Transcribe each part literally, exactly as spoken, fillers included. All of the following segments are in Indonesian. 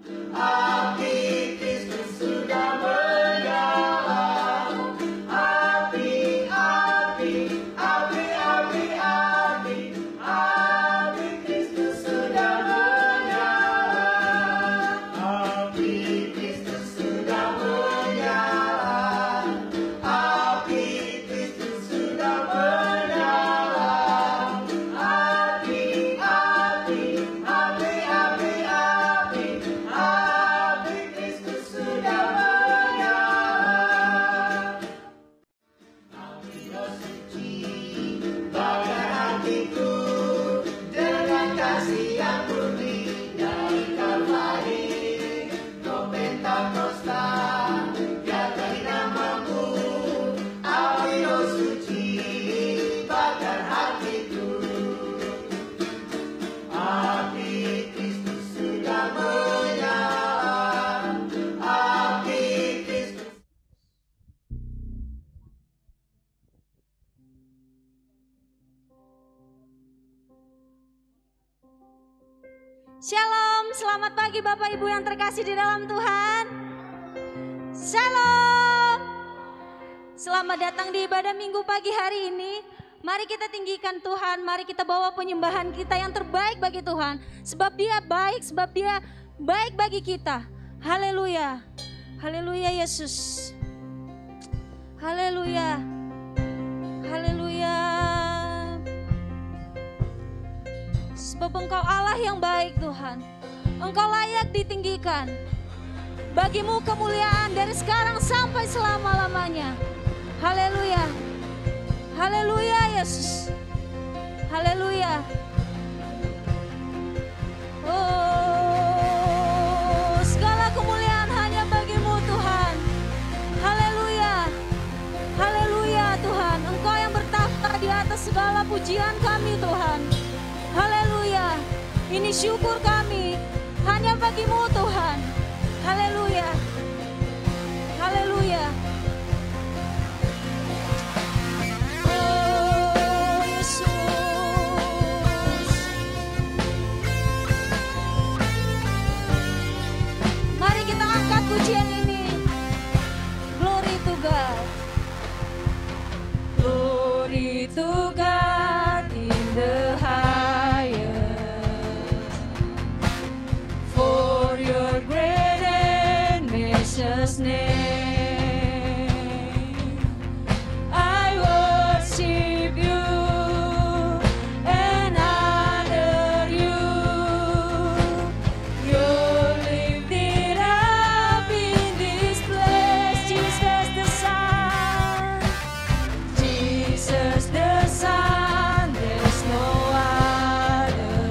Shalom, selamat pagi Bapak Ibu yang terkasih di dalam Tuhan. Shalom. Selamat datang di ibadah minggu pagi hari ini. Mari kita tinggikan Tuhan, mari kita bawa penyembahan kita yang terbaik bagi Tuhan. Sebab Dia baik, sebab Dia baik bagi kita. Haleluya, haleluya Yesus. Haleluya, haleluya. Sebab Engkau Allah yang baik Tuhan. Engkau layak ditinggikan. Bagimu kemuliaan dari sekarang sampai selama-lamanya. Haleluya. Haleluya Yesus. Haleluya. Oh, segala kemuliaan hanya bagimu Tuhan. Haleluya. Haleluya Tuhan. Engkau yang bertahta di atas segala pujian kami Tuhan. Haleluya. Ini syukur kami hanya bagimu Tuhan. Haleluya. Haleluya. Oh Yesus. Mari kita angkat pujian ini. Glory to God. Glory to God in the name. I worship you and honor you. You're lifted up in this place, Jesus the Son. Jesus the Son, there's no other.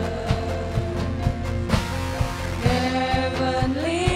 Heavenly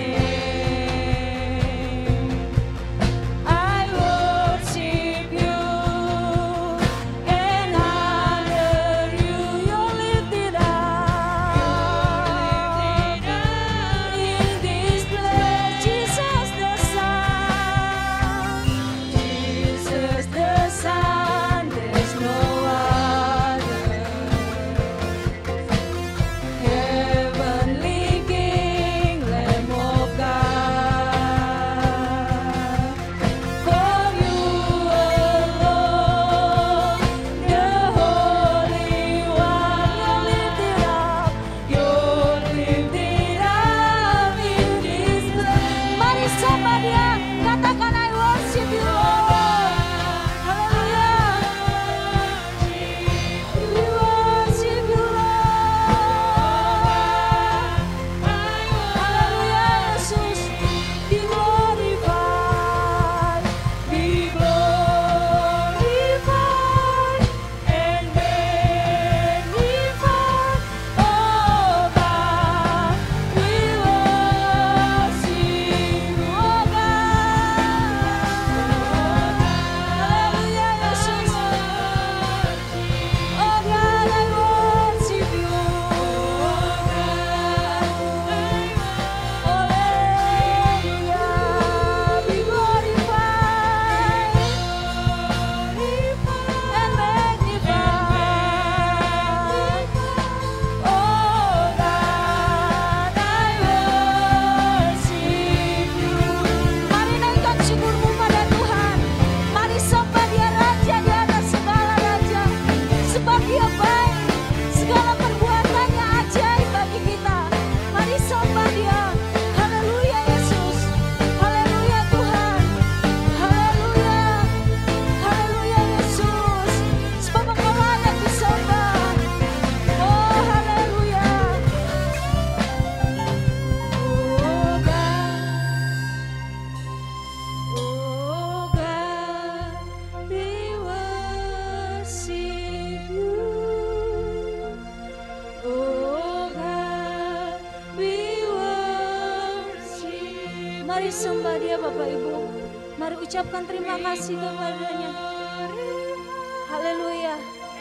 I worship you Mari sembah Dia Bapak Ibu. Mari ucapkan terima kasih kepadanya. Haleluya.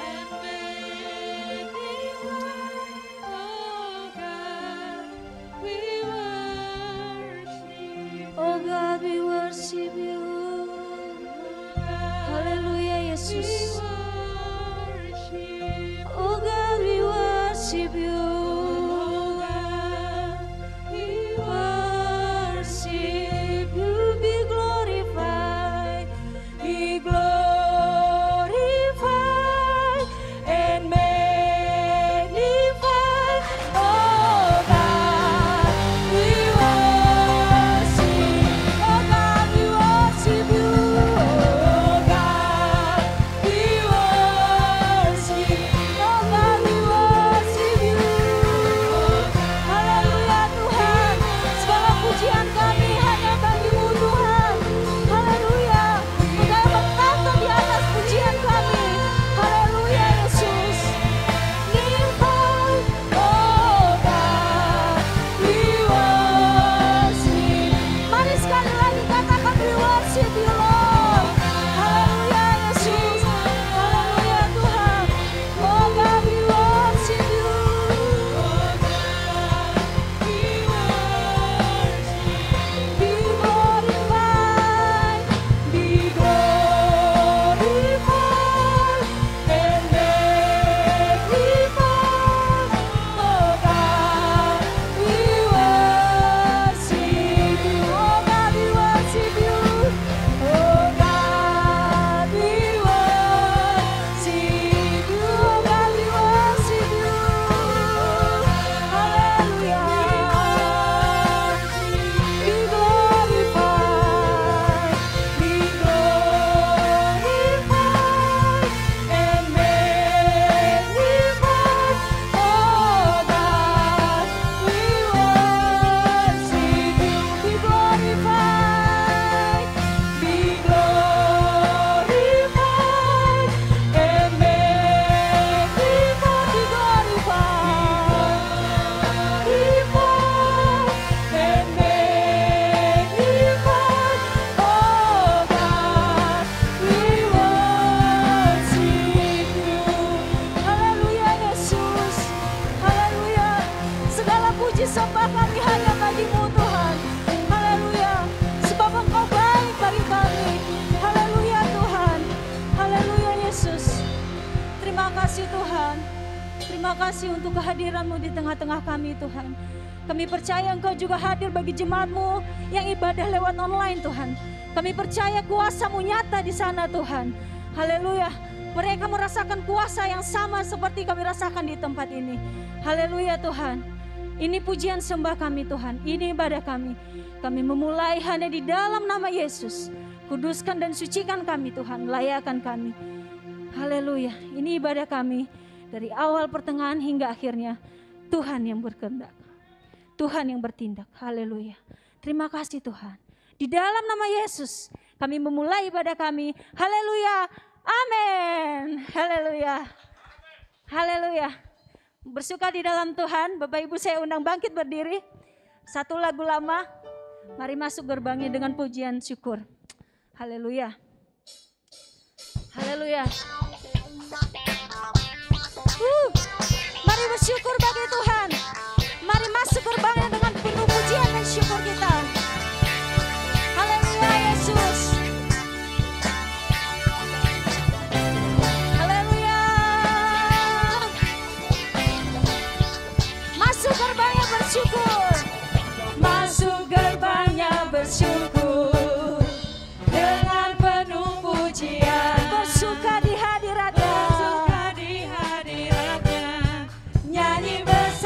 Oh God, we worship you. Haleluya Yesus. Oh God, we worship you. We worship you. Be glorified. Be glorified and magnified. Oh God, we worship. Oh God, we worship you. Oh God, we worship. Oh God, we worship you. Haleluya Tuhan, segala pujian kami hanya bagi-Mu Tuhan. Haleluya, Engkau yang bertata di atas pujian kami. Haleluya Yesus. Nimbai, oh God, we worship. Mari sekali lagi katakan we worship you Lord. Haleluya Yesus. Haleluya Tuhan. Oh God, we worship you. Be glorified, be glorified and magnified. Oh God, we worship you. Oh God, we worship you. Oh God, we worship you. Oh God, we worship you. Hallelujah. Be glorified, be glorified and magnified. Oh God, we worship you. Be glorified, be glorified and magnified. Be glorified, and magnified. Oh God, we worship you. Haleluya Yesus. Haleluya. Segala puji sembah kami hanya bagi-Mu Tuhan. Haleluya. Sebab Engkau baik bagi kami. Haleluya Tuhan. Haleluya Yesus. Terima kasih Tuhan. Terima kasih untuk kehadiran-Mu di tengah-tengah kami Tuhan. Kami percaya Engkau juga hadir bagi jemaat-Mu yang ibadah lewat online Tuhan. Kami percaya kuasa-Mu nyata di sana Tuhan. Haleluya. Mereka merasakan kuasa yang sama seperti kami rasakan di tempat ini. Haleluya Tuhan. Ini pujian sembah kami Tuhan. Ini ibadah kami. Kami memulai hanya di dalam nama Yesus. Kuduskan dan sucikan kami Tuhan. Layakan kami. Haleluya. Ini ibadah kami. Dari awal pertengahan hingga akhirnya. Tuhan yang berkehendak. Tuhan yang bertindak. Haleluya. Terima kasih Tuhan. Di dalam nama Yesus kami memulai ibadah kami. Haleluya. Amin. Haleluya. Haleluya. Bersuka di dalam Tuhan. Bapak Ibu saya undang bangkit berdiri. Satu lagu lama. Mari masuk gerbangnya dengan pujian syukur. Haleluya. Haleluya. Uh, mari bersyukur bagi Tuhan. Mari masuk gerbangnya dengan penuh pujian dan syukur kita. Haleluya Yesus. Haleluya. Masuk gerbangnya bersyukur. Masuk gerbangnya bersyukur. Dengan penuh pujian. Bersuka di hadiratnya. Bersuka di hadiratnya. Nyanyi bersama.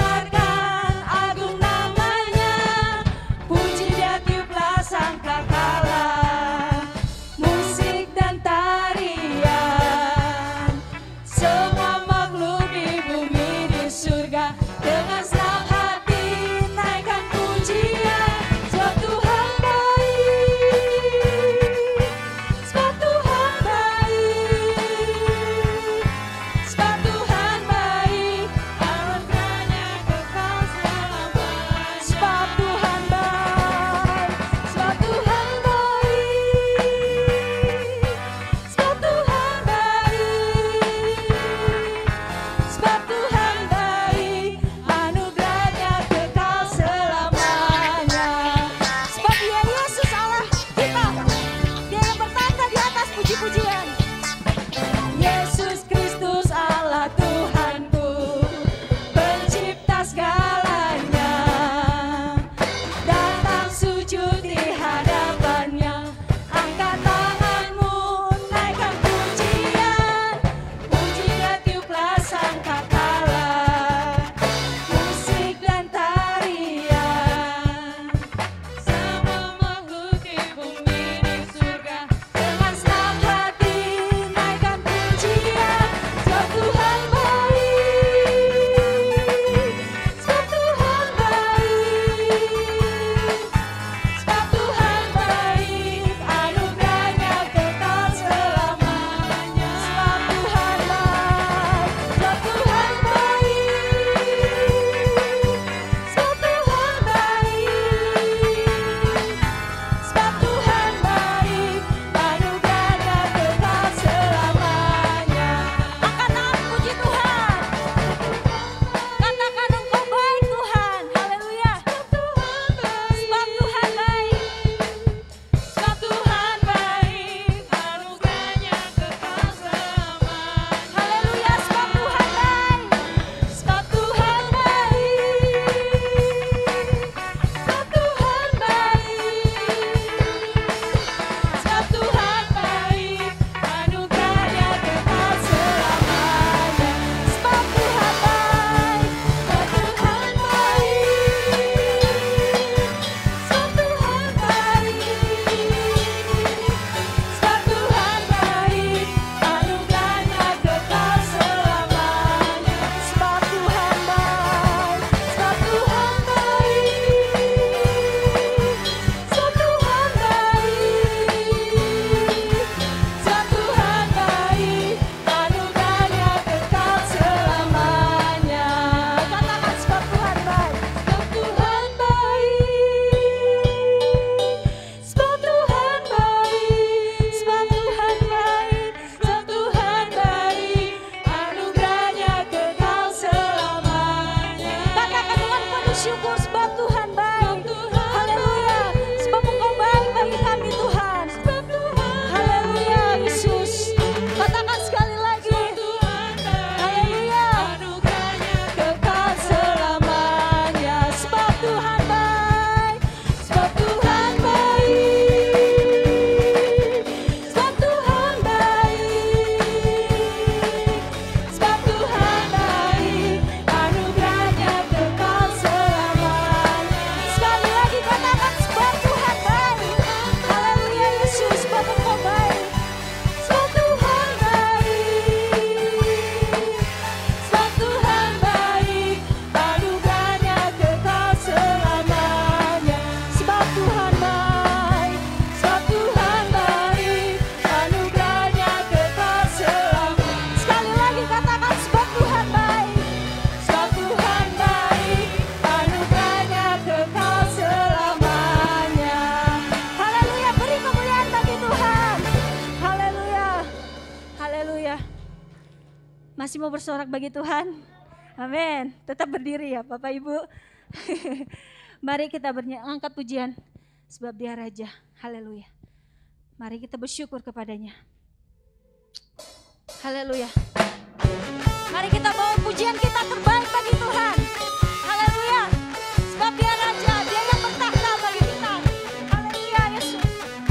Haleluya. Masih mau bersorak bagi Tuhan? Amin. Tetap berdiri ya Bapak Ibu. Mari kita mengangkat pujian sebab Dia Raja. Haleluya. Mari kita bersyukur kepadanya. Haleluya. Mari kita bawa pujian kita terbaik bagi Tuhan. Haleluya. Sebab Dia Raja, Dia yang bertakhta bagi kita. Haleluya Yesus.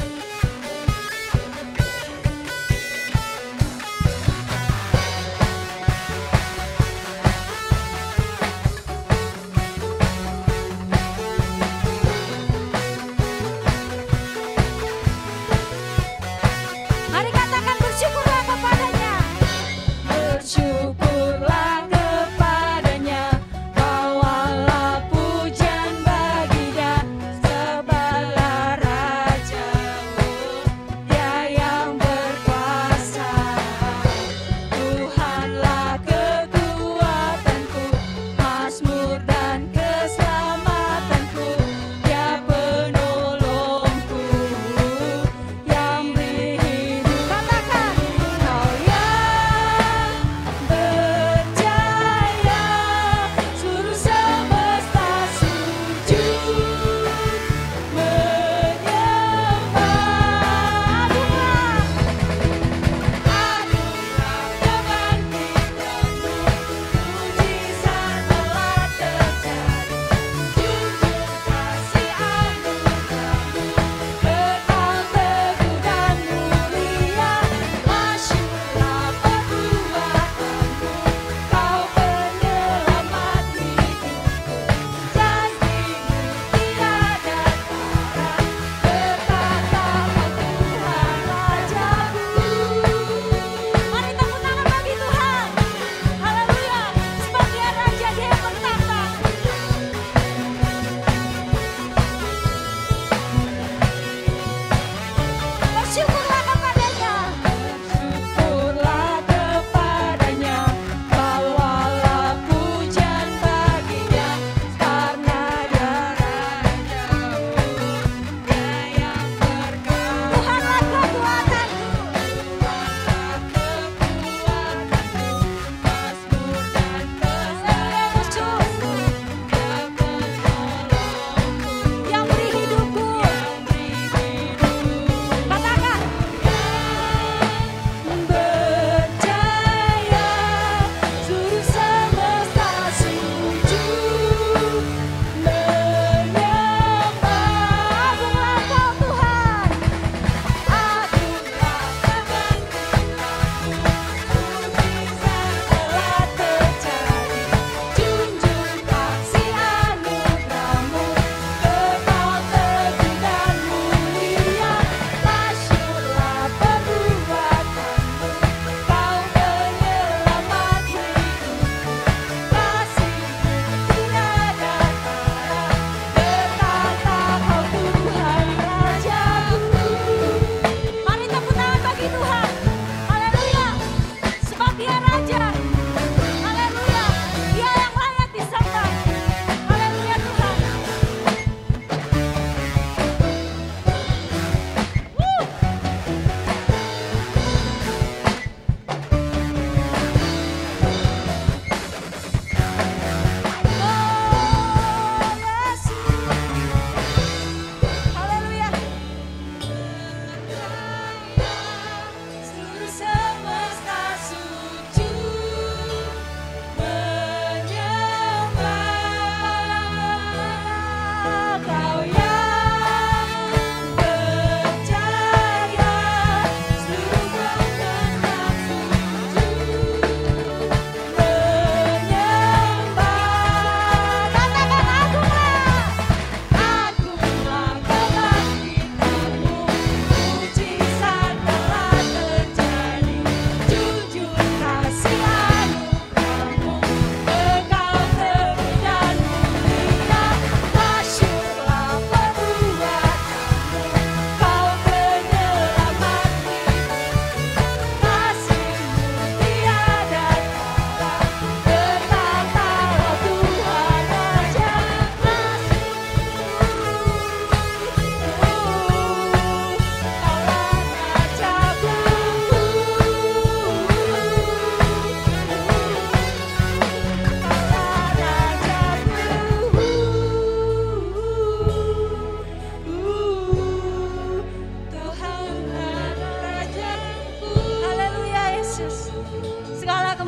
Mari katakan bersyukurlah kepadanya. Bersyukurlah kepadanya.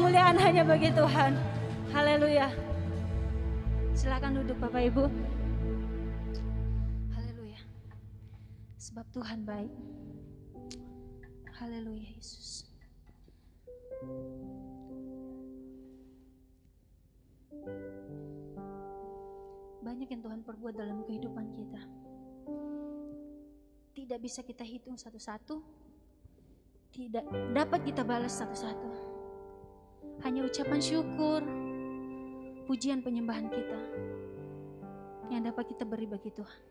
kemuliaan hanya bagi Tuhan. Haleluya. Silakan duduk Bapak Ibu. Haleluya. Sebab Tuhan baik. Haleluya Yesus. Banyak yang Tuhan perbuat dalam kehidupan kita. Tidak bisa kita hitung satu-satu. Tidak dapat kita balas satu-satu. Hanya ucapan syukur, pujian penyembahan kita yang dapat kita beri bagi Tuhan.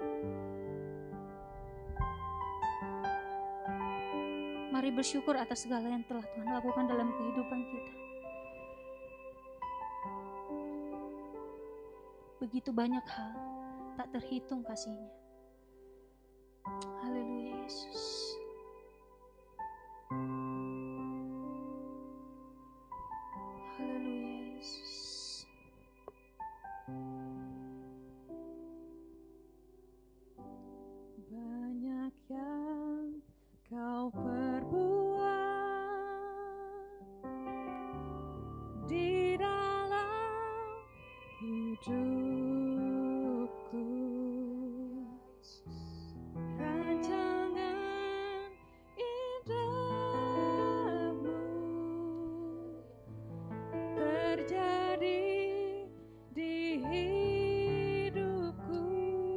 Mari bersyukur atas segala yang telah Tuhan lakukan dalam kehidupan kita. Begitu banyak hal, tak terhitung kasih-Nya. Haleluya Yesus. Haleluya Yesus. Banyak yang Kau perbuat di dalam hidupku, rancangan indahmu terjadi di hidupku.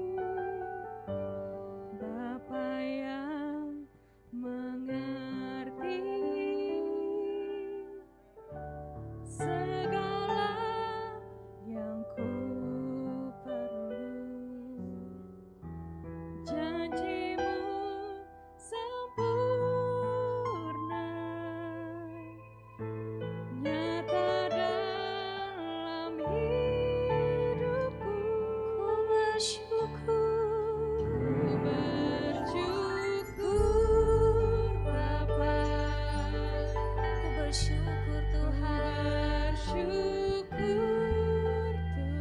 Bapa yang mengerti segala yang ku perlu, janji-Mu sempurna, nyata dalam hidupku. Ku bersyukur, Ku bersyukur Bapa, ku bersyukur Tuhan. bersyukur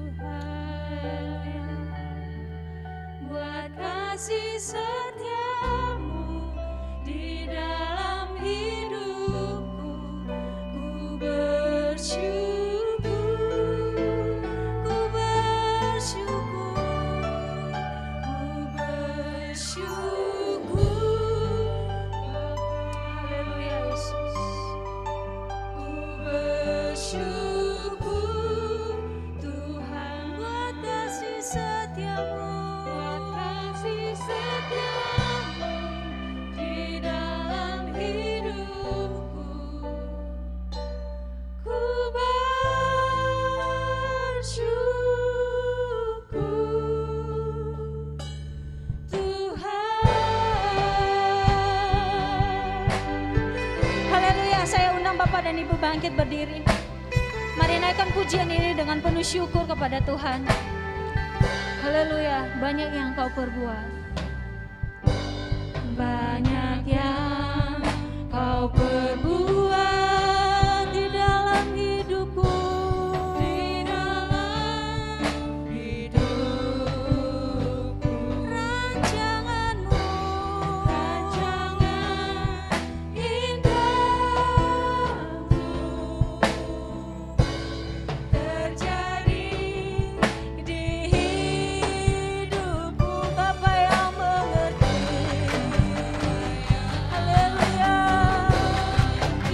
Tuhan buat kasih setia-Mu di dalam hidupku. Ku bersyukur, Ku bersyukur, ku bersyukur Bapa. haleluya Yesus. Ku bersyukur Tuhan buat kasih setia-Mu, buat kasih setia-Mu di dalam hidupku. Ku bersyukur Tuhan. Haleluya, saya undang Bapak dan Ibu bangkit berdiri. Mari naikkan pujian ini dengan penuh syukur kepada Tuhan. Haleluya, banyak yang Kau perbuat. Banyak yang Kau perbuat di dalam hidupku, di dalam hidupku. Rancangan-Mu, Rancangan indahmu terjadi di hidupku. Bapa yang mengerti, haleluya.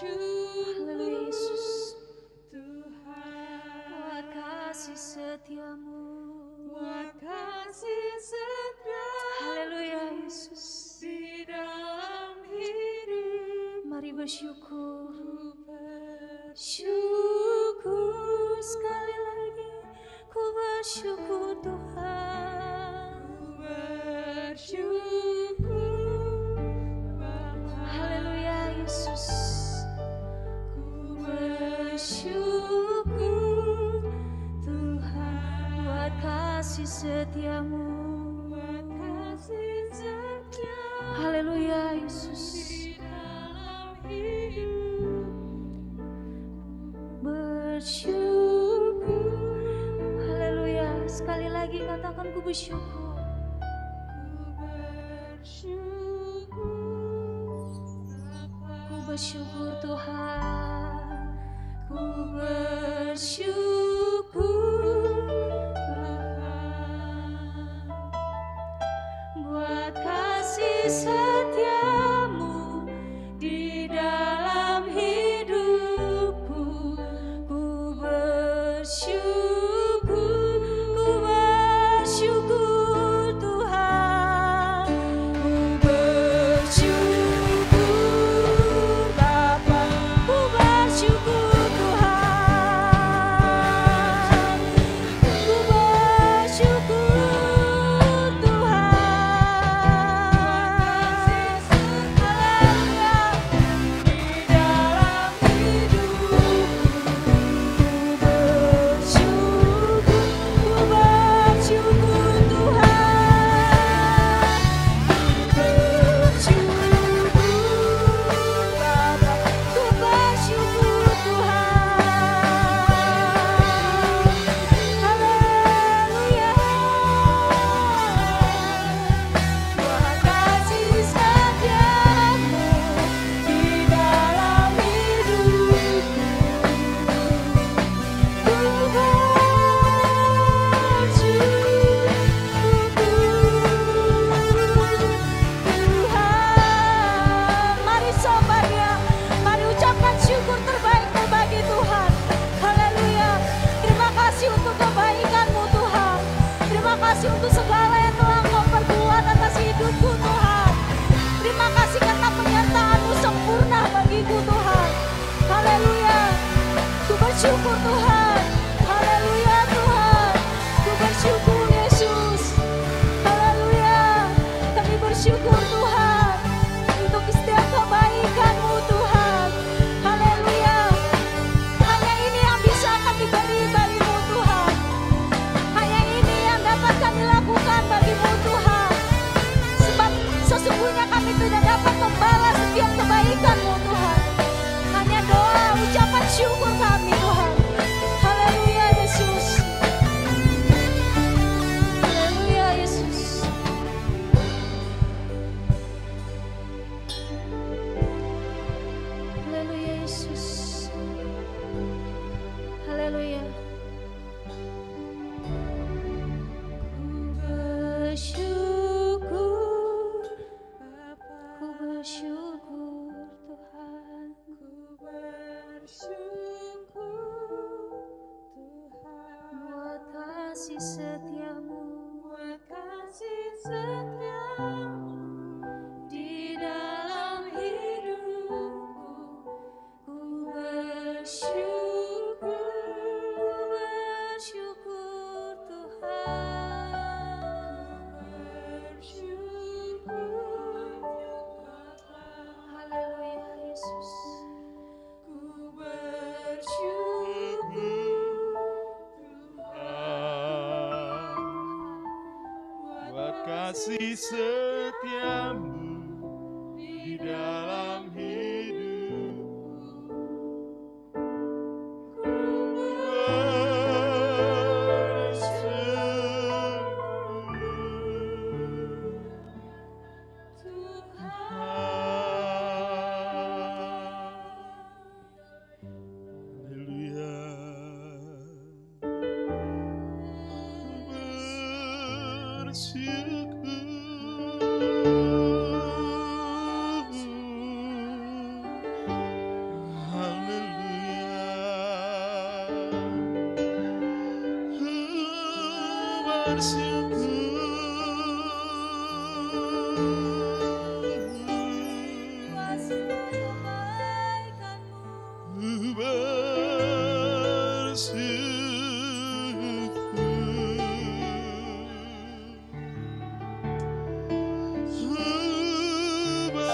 Haleluya Yesus. Tuhan, Buat kasih setiamu. buat kasih setiamu Haleluya Yesus. di dalam hidup. Mari bersyukur. Bersyukur Sekali lagi ku bersyukur Tuhan. ku bersyukur Bapa. Haleluya Yesus. Ku bersyukur Tuhan buat kasih setiamu. buat kasih setiamu Haleluya Yesus. di dalam hidup. Bersyukur. Haleluya. Sekali lagi katakan ku bersyukur. Ku bersyukur Bapa. Ku bersyukur Tuhan. Ku bersyukur Tuhan buat kasih setiamu di dalam hidupku. Ku bersyukur, ku bersyukur Tuhan. Ku bersyukur Bapa, ku bersyukur Tuhan. Ku bersyukur Tuhan. Haleluya. Di dalam hidupku ku bersyukur, ku bersyukur Tuhan. Bersyukur Bapa, ku bersyukur Tuhan. Haleluya. Buat kasih setiamu di dalam hidupku. Ku bersyukur Tuhan. Mari sembah Dia, mari ucapkan syukur terbaikmu bagi Tuhan. Haleluya. Terima kasih untuk kebaikan-Mu Tuhan. Terima kasih untuk segala yang telah Engkau perbuat atas hidupku Tuhan. Terima kasih karena penyertaan-Mu sempurna bagiku Tuhan. Haleluya. Ku bersyukur Tuhan. Haleluya Tuhan. Ku bersyukur Yesus. Haleluya. Kami bersyukur Tuhan untuk setiap kebaikan-Mu Tuhan. Haleluya. Hanya ini yang bisa kami beri bagi-Mu Tuhan. Hanya ini yang dapat kami lakukan bagi-Mu Tuhan. Sebab sesungguhnya kami tidak dapat membalas setiap kebaikan-Mu Tuhan. Hanya doa, ucapan syukur kami Tuhan. Haleluya Yesus. Haleluya Yesus. Haleluya Yesus. Haleluya. Ku bersyukur, ku bersyukur Tuhan. Ku bersyukur Tuhan Buat kasih setiamu buat kasih setiamu di dalam hidupku. Ku bersyukur, ku bersyukur Tuhan. bersyukur Bapa. Haleluya Yesus. Ku bersyukur buat kasih setiamu di dalam hidupku. Ku bersyukur Haleluya. Bersyukur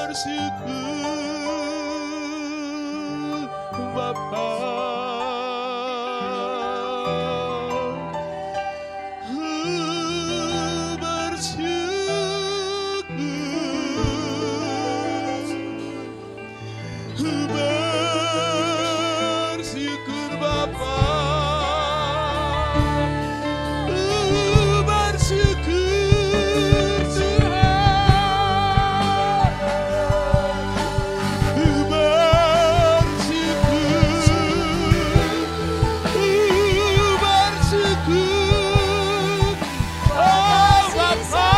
bersyukur Bapa. Bersyukur Bapa, bersyukur Tuhan, bersyukur, bersyukur, oh Bapa.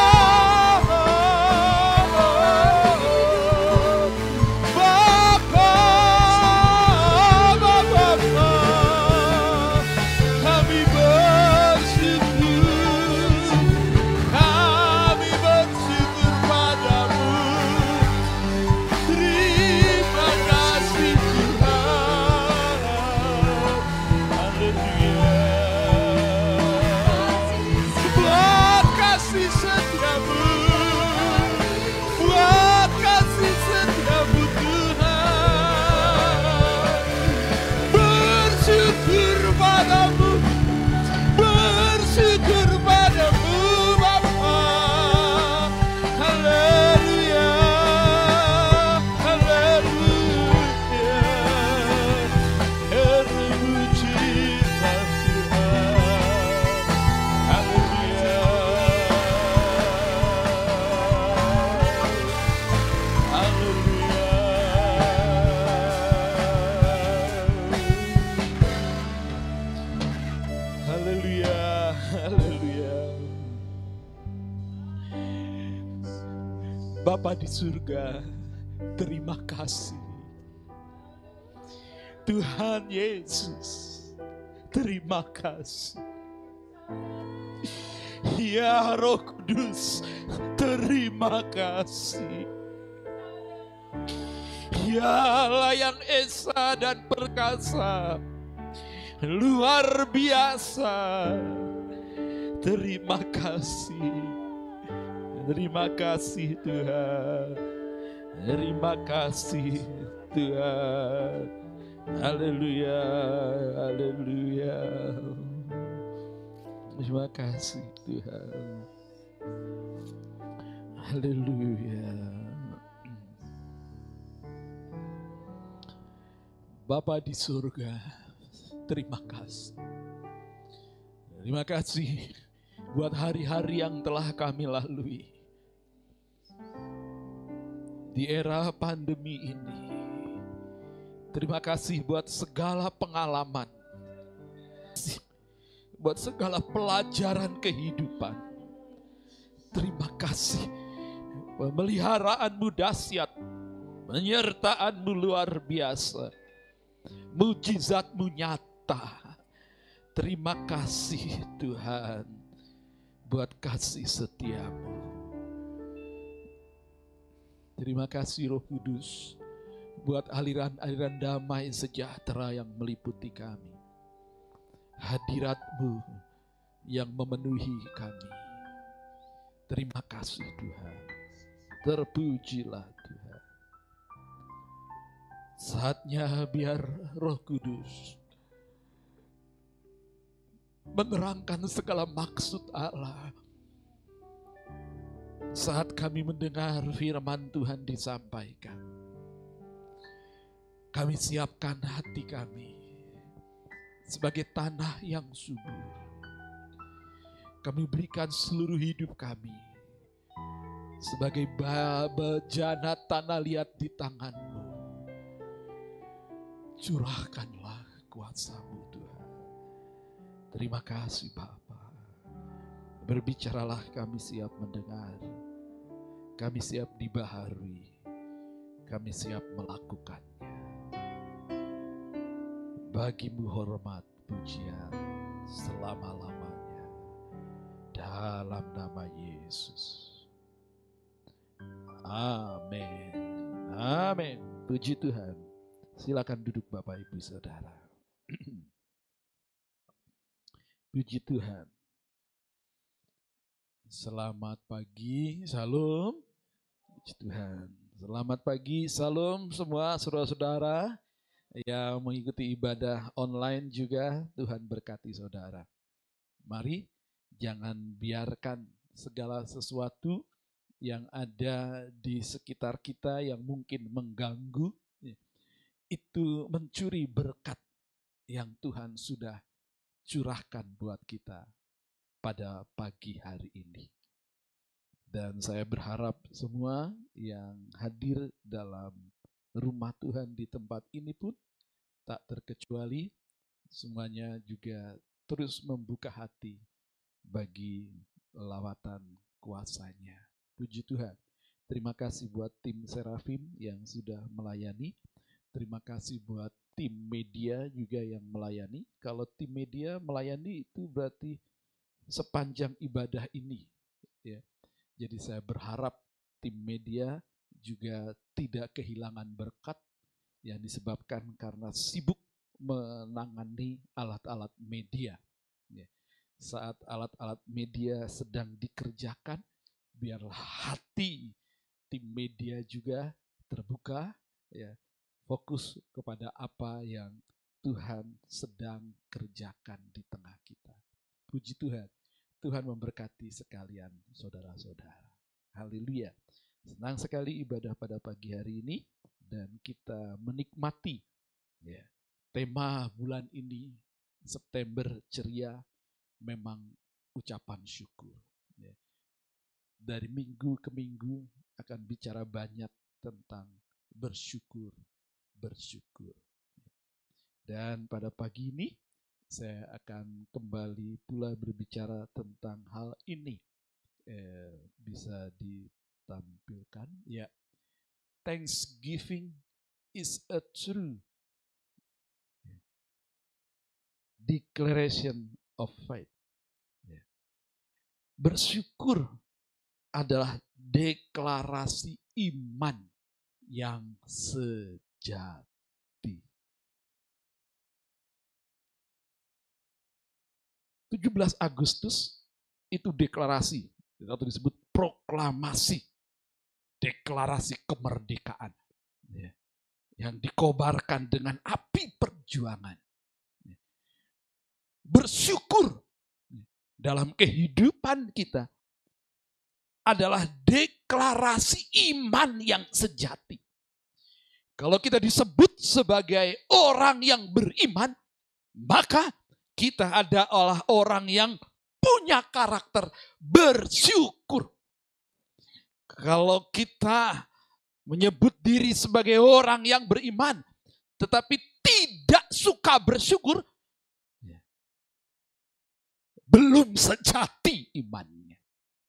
Bapa di surga, terima kasih. Tuhan Yesus, terima kasih. Ya Roh Kudus, terima kasih. Ya Allah yang esa dan perkasa, luar biasa, terima kasih. Terima kasih Tuhan, terima kasih Tuhan, haleluya, haleluya, terima kasih Tuhan, haleluya. Bapa di surga, terima kasih, terima kasih buat hari-hari yang telah kami lalui. Di era pandemi ini, terima kasih buat segala pengalaman, buat segala pelajaran kehidupan. Terima kasih, pemeliharaanmu dahsyat, penyertaanmu luar biasa, mujizatmu nyata. Terima kasih Tuhan, buat kasih setiamu. Terima kasih Roh Kudus, buat aliran-aliran damai sejahtera yang meliputi kami. Hadirat-Mu yang memenuhi kami. Terima kasih Tuhan. Terpujilah Tuhan. Saatnya biar Roh Kudus menerangkan segala maksud Allah. Saat kami mendengar firman Tuhan disampaikan, kami siapkan hati kami sebagai tanah yang subur. Kami berikan seluruh hidup kami sebagai bejana tanah liat di tangan-Mu. Curahkanlah kuasa-Mu Tuhan. Terima kasih Bapa. Berbicaralah, kami siap mendengar. Kami siap dibaharui. Kami siap melakukannya. Bagi-Mu hormat pujian selama-lamanya. Dalam nama Yesus. Amin. Amin. Puji Tuhan. Silakan duduk Bapak Ibu Saudara. Puji Tuhan. Selamat pagi, salam. Puji Tuhan. Selamat pagi, salam semua saudara-saudara yang mengikuti ibadah online juga. Tuhan berkati saudara. Mari jangan biarkan segala sesuatu yang ada di sekitar kita yang mungkin mengganggu, itu mencuri berkat yang Tuhan sudah curahkan buat kita pada pagi hari ini. Dan saya berharap semua yang hadir dalam rumah Tuhan di tempat ini pun tak terkecuali semuanya juga terus membuka hati bagi lawatan kuasanya. Puji Tuhan. Terima kasih buat tim Serafim yang sudah melayani. Terima kasih buat tim media juga yang melayani. Kalau tim media melayani itu berarti sepanjang ibadah ini, ya. Jadi saya berharap tim media juga tidak kehilangan berkat yang disebabkan karena sibuk menangani alat-alat media. Ya. Saat alat-alat media sedang dikerjakan, biarlah hati tim media juga terbuka, ya, fokus kepada apa yang Tuhan sedang kerjakan di tengah kita. Puji Tuhan. Tuhan memberkati sekalian saudara-saudara. Haleluya. Senang sekali ibadah pada pagi hari ini dan kita menikmati, ya, tema bulan ini September ceria memang ucapan syukur. Ya. Dari minggu ke minggu akan bicara banyak tentang bersyukur, bersyukur. Dan pada pagi ini saya akan kembali pula berbicara tentang hal ini. Eh, bisa ditampilkan, ya. Thanksgiving is a true declaration of faith. Ya. Bersyukur adalah deklarasi iman yang sejati. tujuh belas Agustus itu deklarasi, atau disebut proklamasi, deklarasi kemerdekaan, ya, yang dikobarkan dengan api perjuangan. Bersyukur dalam kehidupan kita adalah deklarasi iman yang sejati. Kalau kita disebut sebagai orang yang beriman, maka kita adalah orang yang punya karakter bersyukur. Kalau kita menyebut diri sebagai orang yang beriman, tetapi tidak suka bersyukur, belum sejati imannya.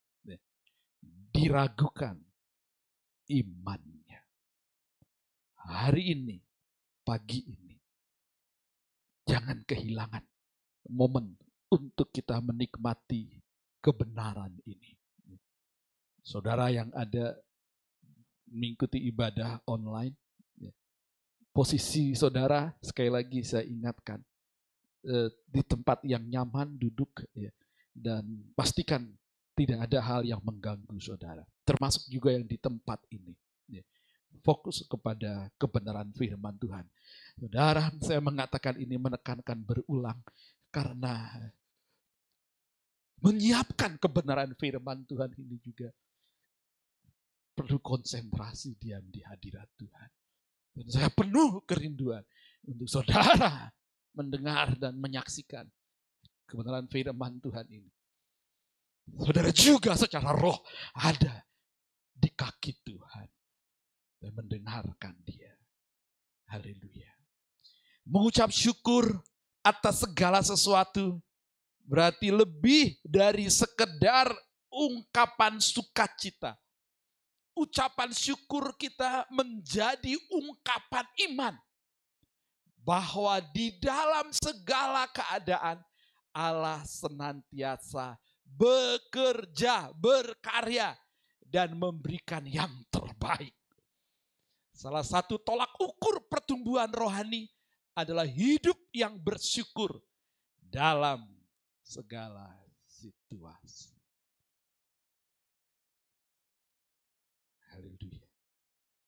Diragukan imannya. Hari ini, pagi ini, jangan kehilangan momen untuk kita menikmati kebenaran ini. Saudara yang ada mengikuti ibadah online, posisi saudara sekali lagi saya ingatkan, eh, di tempat yang nyaman duduk, ya, dan pastikan tidak ada hal yang mengganggu saudara, termasuk juga yang di tempat ini. Ya. Fokus kepada kebenaran firman Tuhan. Saudara, saya mengatakan ini, menekankan berulang, karena menyiapkan kebenaran firman Tuhan ini juga perlu konsentrasi diam di hadirat Tuhan. Dan saya penuh kerinduan untuk saudara mendengar dan menyaksikan kebenaran firman Tuhan ini. Saudara juga secara roh ada di kaki Tuhan dan mendengarkan Dia. Haleluya. Mengucap syukur atas segala sesuatu berarti lebih dari sekedar ungkapan sukacita. Ucapan syukur kita menjadi ungkapan iman bahwa di dalam segala keadaan Allah senantiasa bekerja, berkarya, dan memberikan yang terbaik. Salah satu tolak ukur pertumbuhan rohani adalah hidup yang bersyukur dalam segala situasi. Haleluya.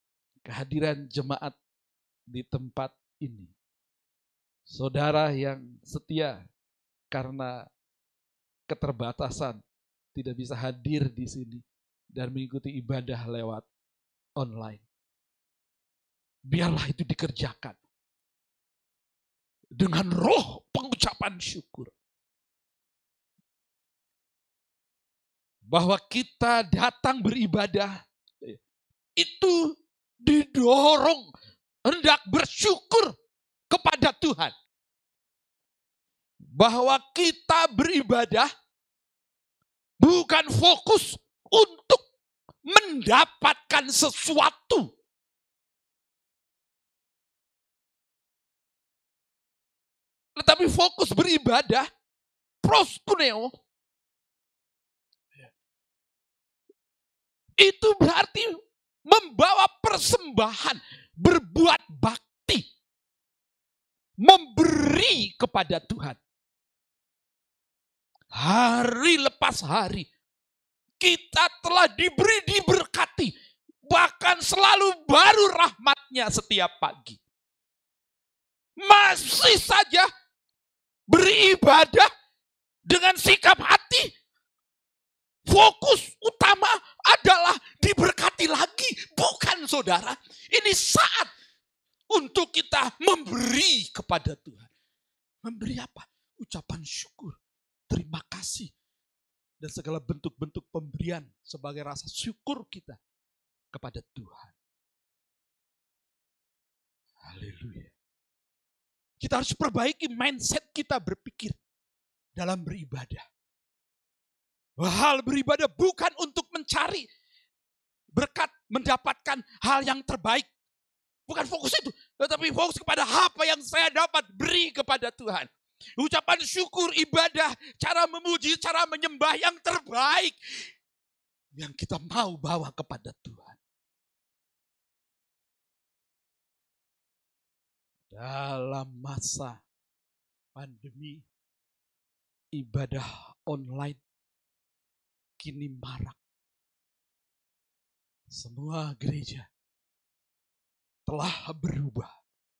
kehadiran jemaat di tempat ini. Saudara yang setia karena keterbatasan tidak bisa hadir di sini dan mengikuti ibadah lewat online. Biarlah itu dikerjakan dengan roh pengucapan syukur. Bahwa kita datang beribadah itu didorong hendak bersyukur kepada Tuhan. Bahwa kita beribadah bukan fokus untuk mendapatkan sesuatu. Tetapi fokus beribadah, proskuneo, itu berarti membawa persembahan, berbuat bakti, memberi kepada Tuhan. Hari lepas hari, kita telah diberi, diberkati, bahkan selalu baru rahmatnya setiap pagi. Masih saja beribadah dengan sikap hati, fokus utama adalah diberkati lagi. Bukan saudara, ini saat untuk kita memberi kepada Tuhan. Memberi apa? Ucapan syukur, terima kasih, dan segala bentuk-bentuk pemberian sebagai rasa syukur kita kepada Tuhan. Haleluya. Kita harus perbaiki mindset kita berpikir dalam beribadah. Hal beribadah bukan untuk mencari berkat, mendapatkan hal yang terbaik. Bukan fokus itu, tetapi fokus kepada apa yang saya dapat beri kepada Tuhan. Ucapan syukur, ibadah, cara memuji, cara menyembah yang terbaik yang kita mau bawa kepada Tuhan. Dalam masa pandemi, ibadah online kini marak. Semua gereja telah berubah.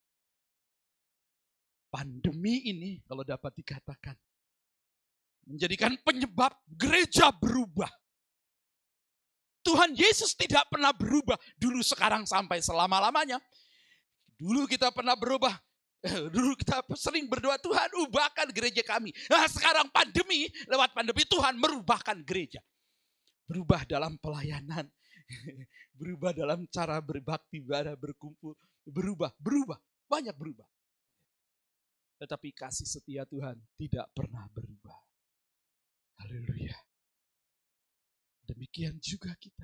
Pandemi ini kalau dapat dikatakan menjadikan penyebab gereja berubah. Tuhan Yesus tidak pernah berubah dulu, sekarang, sampai selama-lamanya. Dulu kita pernah berubah. Dulu kita sering berdoa, Tuhan ubahkan gereja kami. Nah, sekarang pandemi, lewat pandemi Tuhan merubahkan gereja. Berubah dalam pelayanan. Berubah dalam cara berbakti, berkumpul. Berubah, berubah. Banyak berubah. Tetapi kasih setia Tuhan tidak pernah berubah. Haleluya. Demikian juga kita.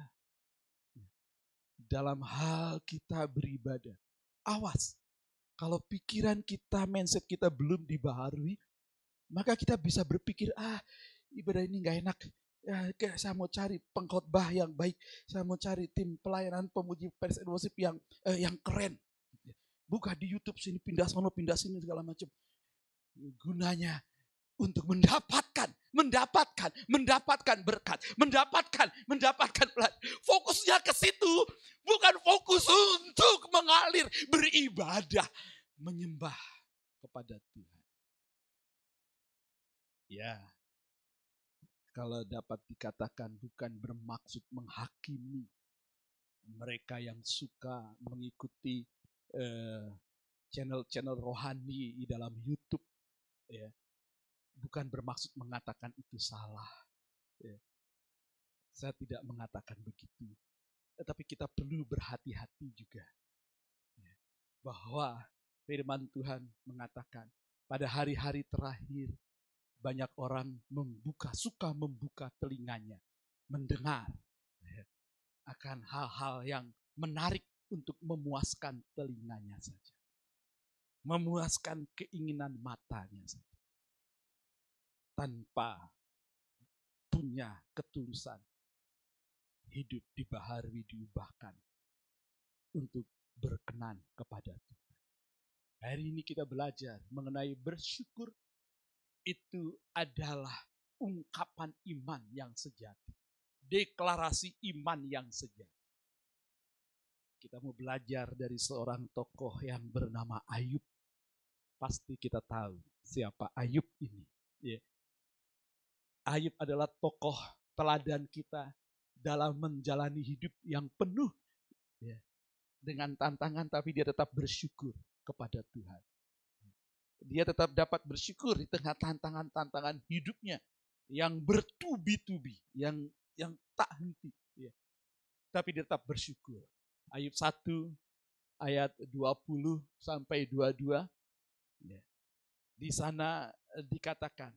Dalam hal kita beribadah. Awas, kalau pikiran kita, mindset kita belum dibaharui, maka kita bisa berpikir, ah ibadah ini gak enak. Ya, kayak saya mau cari pengkhotbah yang baik, saya mau cari tim pelayanan pemuji praise and worship yang eh, yang keren. Buka di YouTube sini, pindah sono, pindah sini segala macam. Gunanya untuk mendapatkan, mendapatkan, mendapatkan berkat, mendapatkan, mendapatkan pelayanan. Fokusnya ke situ, bukan fokus untuk mengalir, beribadah, menyembah kepada Tuhan. Ya, kalau dapat dikatakan bukan bermaksud menghakimi mereka yang suka mengikuti eh, channel-channel rohani di dalam YouTube, ya. Bukan bermaksud mengatakan itu salah. Ya. Saya tidak mengatakan begitu. Tetapi kita perlu berhati-hati juga. Ya. Bahwa firman Tuhan mengatakan pada hari-hari terakhir banyak orang membuka, suka membuka telinganya, mendengar ya, akan hal-hal yang menarik untuk memuaskan telinganya saja. Memuaskan keinginan matanya saja. Tanpa punya ketulusan, hidup dibaharui, diubahkan untuk berkenan kepada Tuhan. Hari ini kita belajar mengenai bersyukur, itu adalah ungkapan iman yang sejati. Deklarasi iman yang sejati. Kita mau belajar dari seorang tokoh yang bernama Ayub. Pasti kita tahu siapa Ayub ini. Ya. Ayub adalah tokoh teladan kita dalam menjalani hidup yang penuh ya, dengan tantangan, tapi dia tetap bersyukur kepada Tuhan. Dia tetap dapat bersyukur di tengah tantangan-tantangan hidupnya yang bertubi-tubi, yang yang tak henti. Ya. Tapi dia tetap bersyukur. Ayub satu ayat dua puluh sampai dua puluh dua. Ya. Di sana dikatakan,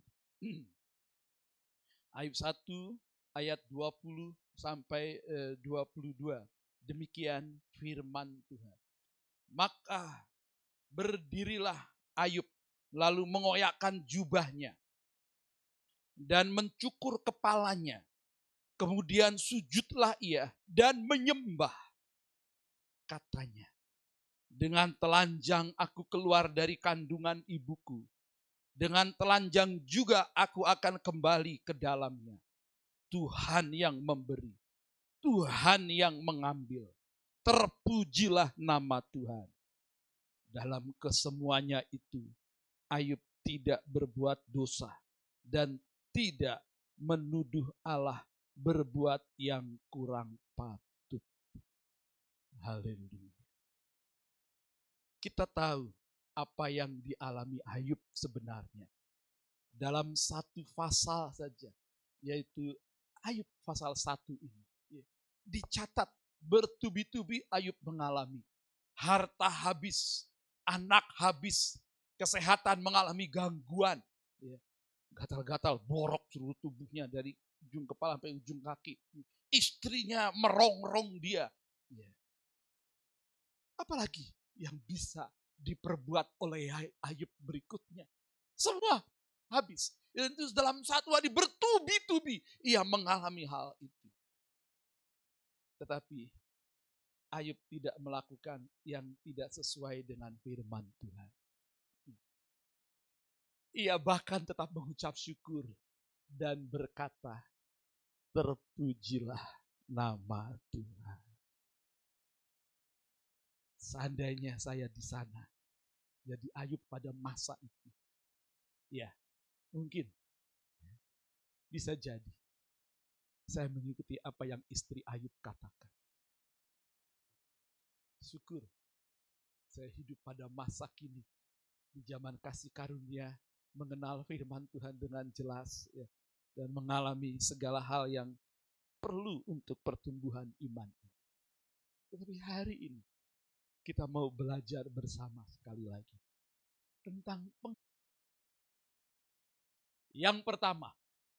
Ayub satu ayat dua puluh sampai dua puluh dua. Demikian firman Tuhan. Maka berdirilah Ayub, lalu mengoyakkan jubahnya dan mencukur kepalanya. Kemudian sujudlah ia dan menyembah. Katanya, dengan telanjang aku keluar dari kandungan ibuku. Dengan telanjang juga aku akan kembali ke dalamnya. Tuhan yang memberi, Tuhan yang mengambil. Terpujilah nama Tuhan. Dalam kesemuanya itu, Ayub tidak berbuat dosa dan tidak menuduh Allah berbuat yang kurang patut. Haleluya. Kita tahu apa yang dialami Ayub sebenarnya. Dalam satu pasal saja, yaitu Ayub pasal satu ini. Dicatat bertubi-tubi Ayub mengalami. Harta habis, anak habis, kesehatan mengalami gangguan. Gatal-gatal, borok seluruh tubuhnya dari ujung kepala sampai ujung kaki. Istrinya merongrong dia. Apalagi yang bisa diperbuat oleh Ayub berikutnya. Semua habis. Dan itu dalam satu hari bertubi-tubi ia mengalami hal itu. Tetapi Ayub tidak melakukan yang tidak sesuai dengan firman Tuhan. Ia bahkan tetap mengucap syukur dan berkata, terpujilah nama Tuhan. Seandainya saya di sana, jadi Ayub pada masa itu, ya mungkin bisa jadi saya mengikuti apa yang istri Ayub katakan. Syukur saya hidup pada masa kini, di zaman kasih karunia, mengenal firman Tuhan dengan jelas, ya, dan mengalami segala hal yang perlu untuk pertumbuhan iman. Tetapi hari ini, kita mau belajar bersama sekali lagi tentang peng... Yang pertama,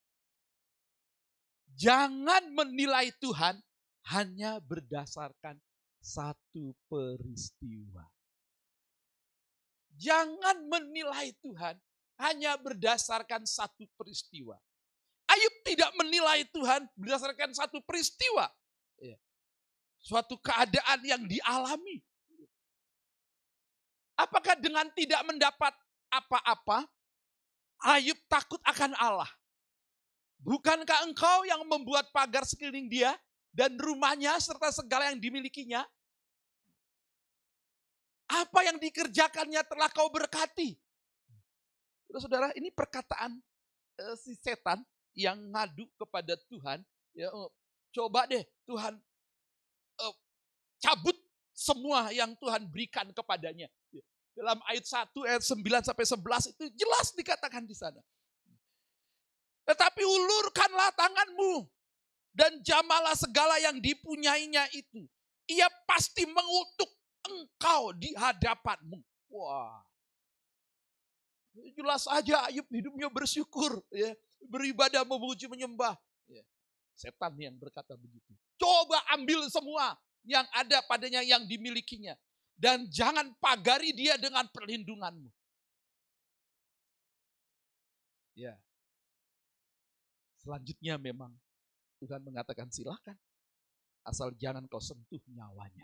jangan menilai Tuhan hanya berdasarkan satu peristiwa. Jangan menilai Tuhan hanya berdasarkan satu peristiwa. Ayub tidak menilai Tuhan berdasarkan satu peristiwa. Suatu keadaan yang dialami. Apakah dengan tidak mendapat apa-apa, Ayub takut akan Allah? Bukankah engkau yang membuat pagar sekeliling dia dan rumahnya serta segala yang dimilikinya? Apa yang dikerjakannya telah kau berkati? Saudara, ini perkataan uh, si setan yang ngadu kepada Tuhan. Ya, uh, coba deh Tuhan uh, cabut semua yang Tuhan berikan kepadanya. Dalam ayat satu, ayat sembilan sampai sebelas itu jelas dikatakan di sana. Tetapi ulurkanlah tanganmu dan jamalah segala yang dipunyainya itu. Ia pasti mengutuk engkau di hadapanmu. Wah. Jelas aja Ayub hidupnya bersyukur. Ya. Beribadah, memuji, menyembah. Ya. Setan yang berkata begitu. Coba ambil semua yang ada padanya, yang dimilikinya. Dan jangan pagari dia dengan perlindunganmu. Ya. Selanjutnya memang Tuhan mengatakan silakan. Asal jangan kau sentuh nyawanya.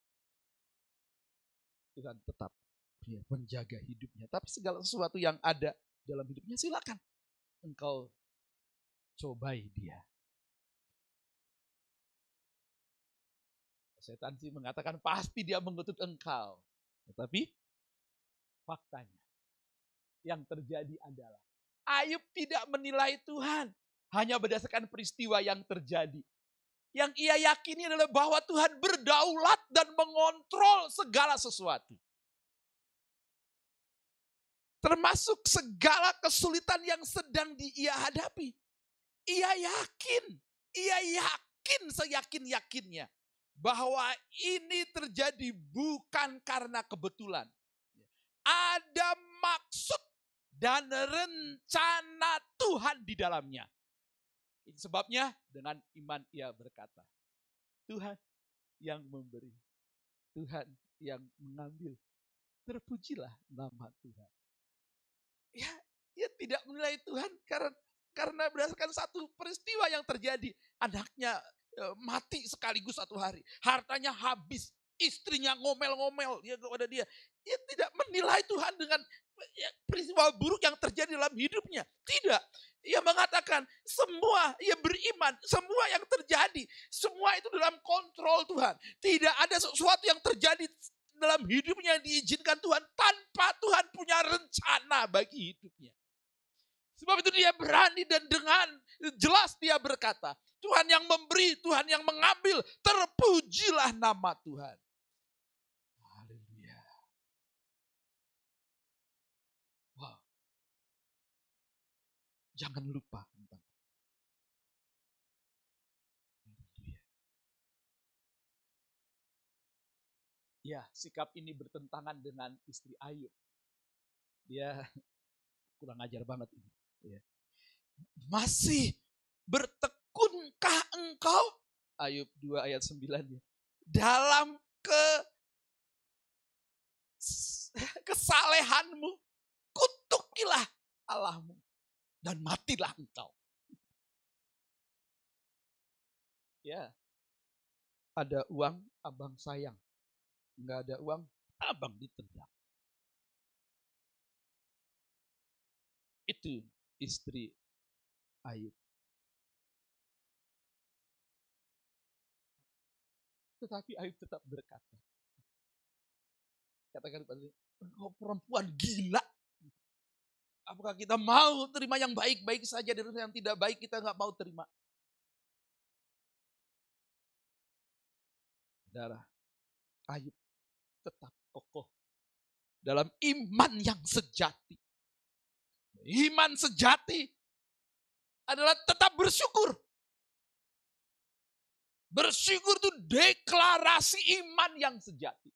Tuhan tetap ya, menjaga hidupnya. Tapi segala sesuatu yang ada dalam hidupnya silakan. Engkau cobai dia. Setan sih mengatakan pasti dia mengutuk engkau. Tetapi faktanya yang terjadi adalah Ayub tidak menilai Tuhan hanya berdasarkan peristiwa yang terjadi. Yang ia yakini adalah bahwa Tuhan berdaulat dan mengontrol segala sesuatu. Termasuk segala kesulitan yang sedang dia hadapi. Ia yakin, ia yakin seyakin-yakinnya bahwa ini terjadi bukan karena kebetulan. Ada maksud dan rencana Tuhan di dalamnya. Itu sebabnya dengan iman ia berkata, Tuhan yang memberi, Tuhan yang mengambil, terpujilah nama Tuhan. Ya, ia tidak menilai Tuhan karena karena berdasarkan satu peristiwa yang terjadi. Anaknya e, mati sekaligus satu hari, hartanya habis, istrinya ngomel-ngomel ya kepada dia. Ia tidak menilai Tuhan dengan ya, peristiwa buruk yang terjadi dalam hidupnya. Tidak. Ia mengatakan semua, ia beriman, semua yang terjadi, semua itu dalam kontrol Tuhan. Tidak ada sesuatu yang terjadi dalam hidupnya yang diizinkan Tuhan tanpa Tuhan punya rencana bagi hidupnya. Sebab itu dia berani dan dengan jelas dia berkata, Tuhan yang memberi, Tuhan yang mengambil, terpujilah nama Tuhan. Haleluya. Wow. Jangan lupa tentang Haleluya. Ya, sikap ini bertentangan dengan istri Ayub. Dia kurang ajar banget ini. Ya. Masih bertekunkah engkau? Ayub dua ayat sembilan ya. Dalam ke kesalehanmu, kutukilah Allahmu dan matilah engkau. Ya. Ada uang, abang sayang. Enggak ada uang, abang ditendang. Itu istri Ayub. Tetapi Ayub tetap berkata, katakan kepada dia, engkau perempuan gila. Apakah kita mau terima yang baik-baik saja dan yang tidak baik kita nggak mau terima? Saudara, Ayub tetap kokoh dalam iman yang sejati. Iman sejati adalah tetap bersyukur. Bersyukur itu deklarasi iman yang sejati.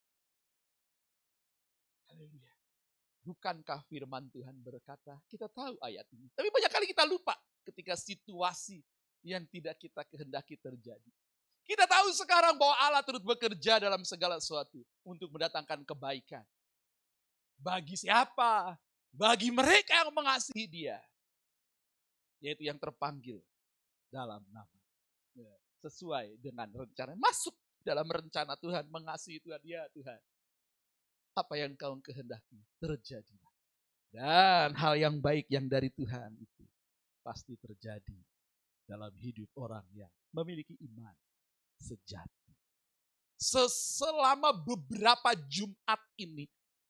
Haleluya. Bukankah firman Tuhan berkata, kita tahu ayat ini. Tapi banyak kali kita lupa ketika situasi yang tidak kita kehendaki terjadi. Kita tahu sekarang bahwa Allah turut bekerja dalam segala sesuatu untuk mendatangkan kebaikan. Bagi siapa? Bagi mereka yang mengasihi dia. Yaitu yang terpanggil dalam nama. Sesuai dengan rencana. Masuk dalam rencana Tuhan. Mengasihi Tuhan. Ya Tuhan. Apa yang kau kehendaki terjadilah. Dan hal yang baik yang dari Tuhan itu pasti terjadi dalam hidup orang yang memiliki iman sejati. Selama beberapa Jumat ini,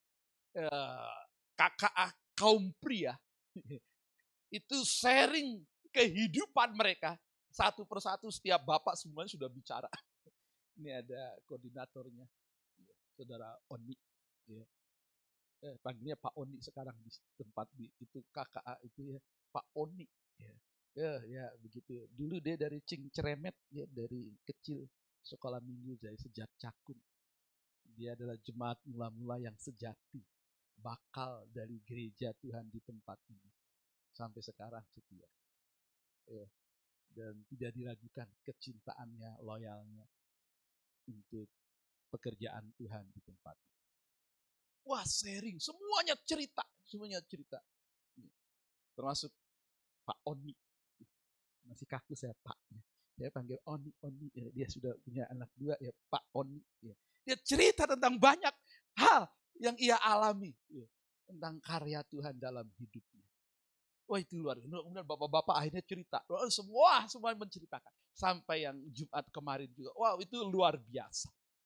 K K A kaum pria itu sharing kehidupan mereka satu persatu. Setiap bapak semuanya sudah bicara. Ini ada koordinatornya, saudara Oni. Ya. Eh, panggilnya Pak Oni sekarang di tempat di itu K K A itu ya, Pak Oni. Ya. Ya, ya begitu. Dulu dia dari Cingceremet, ya dari kecil sekolah minggu dari sejak Cakung. Dia adalah jemaat mula-mula yang sejati, bakal dari gereja Tuhan di tempat ini sampai sekarang setia. Ya. Dan tidak diragukan kecintaannya, loyalnya untuk pekerjaan Tuhan di tempat ini. Wah, sharing, semuanya cerita, semuanya cerita. Termasuk Pak Oni. Masih kaku saya Pak. Saya panggil Oni, Oni. Ya, dia sudah punya anak dua, ya Pak Oni. Ya. Dia cerita tentang banyak hal yang ia alami. Ya. Tentang karya Tuhan dalam hidupnya. Wah, itu luar biasa. Kemudian bapak-bapak akhirnya cerita. Semua, semua menceritakan. Sampai yang Jumat kemarin juga. Wow, itu luar biasa.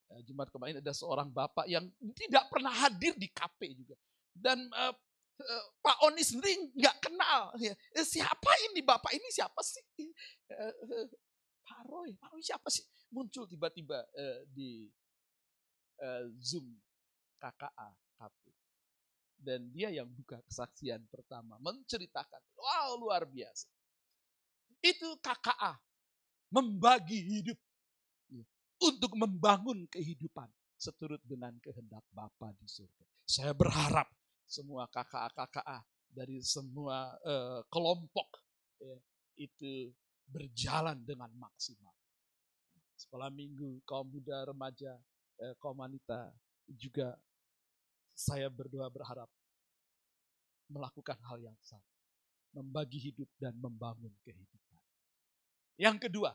Eh, Jumat kemarin ada seorang bapak yang tidak pernah hadir di K P juga. Dan eh, eh, Pak Oni sendiri nggak kenal. Ya. Eh, siapa ini bapak ini siapa sih? Eh, eh, Pak Roy, Pak Roy siapa sih? Muncul tiba-tiba eh, di eh, Zoom K K A K P. Dan dia yang buka kesaksian pertama, menceritakan, wow luar biasa. Itu K K A, membagi hidup untuk membangun kehidupan seturut dengan kehendak Bapa di surga. Saya berharap semua K K A-K K A dari semua uh, kelompok ya, itu berjalan dengan maksimal. Sekolah minggu, kaum muda, remaja, eh, kaum wanita juga saya berdoa berharap melakukan hal yang sama. Membagi hidup dan membangun kehidupan. Yang kedua,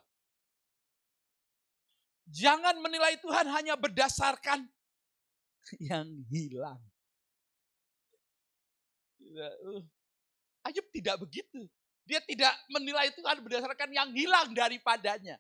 jangan menilai Tuhan hanya berdasarkan yang hilang. Ayub tidak begitu. Dia tidak menilai Tuhan berdasarkan yang hilang daripadanya.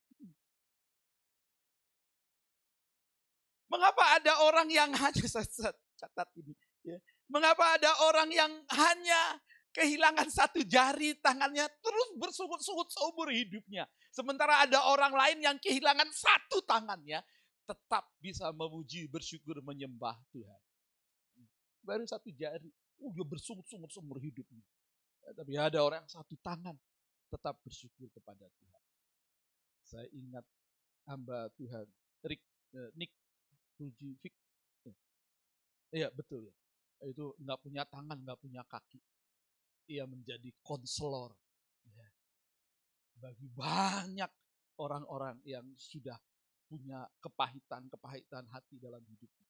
Mengapa ada orang yang hanya, saya catat ini, ya. Mengapa ada orang yang hanya kehilangan satu jari tangannya terus bersungut-sungut seumur hidupnya. Sementara ada orang lain yang kehilangan satu tangannya tetap bisa memuji, bersyukur, menyembah Tuhan. Baru satu jari, uh, dia bersungut-sungut seumur hidupnya. Ya, tapi ada orang yang satu tangan tetap bersyukur kepada Tuhan. Saya ingat hamba Tuhan, Rick, eh, Nick Rujivik. Iya betul ya. Itu nggak punya tangan, nggak punya kaki. Ia menjadi konselor ya, bagi banyak orang-orang yang sudah punya kepahitan-kepahitan hati dalam hidupnya.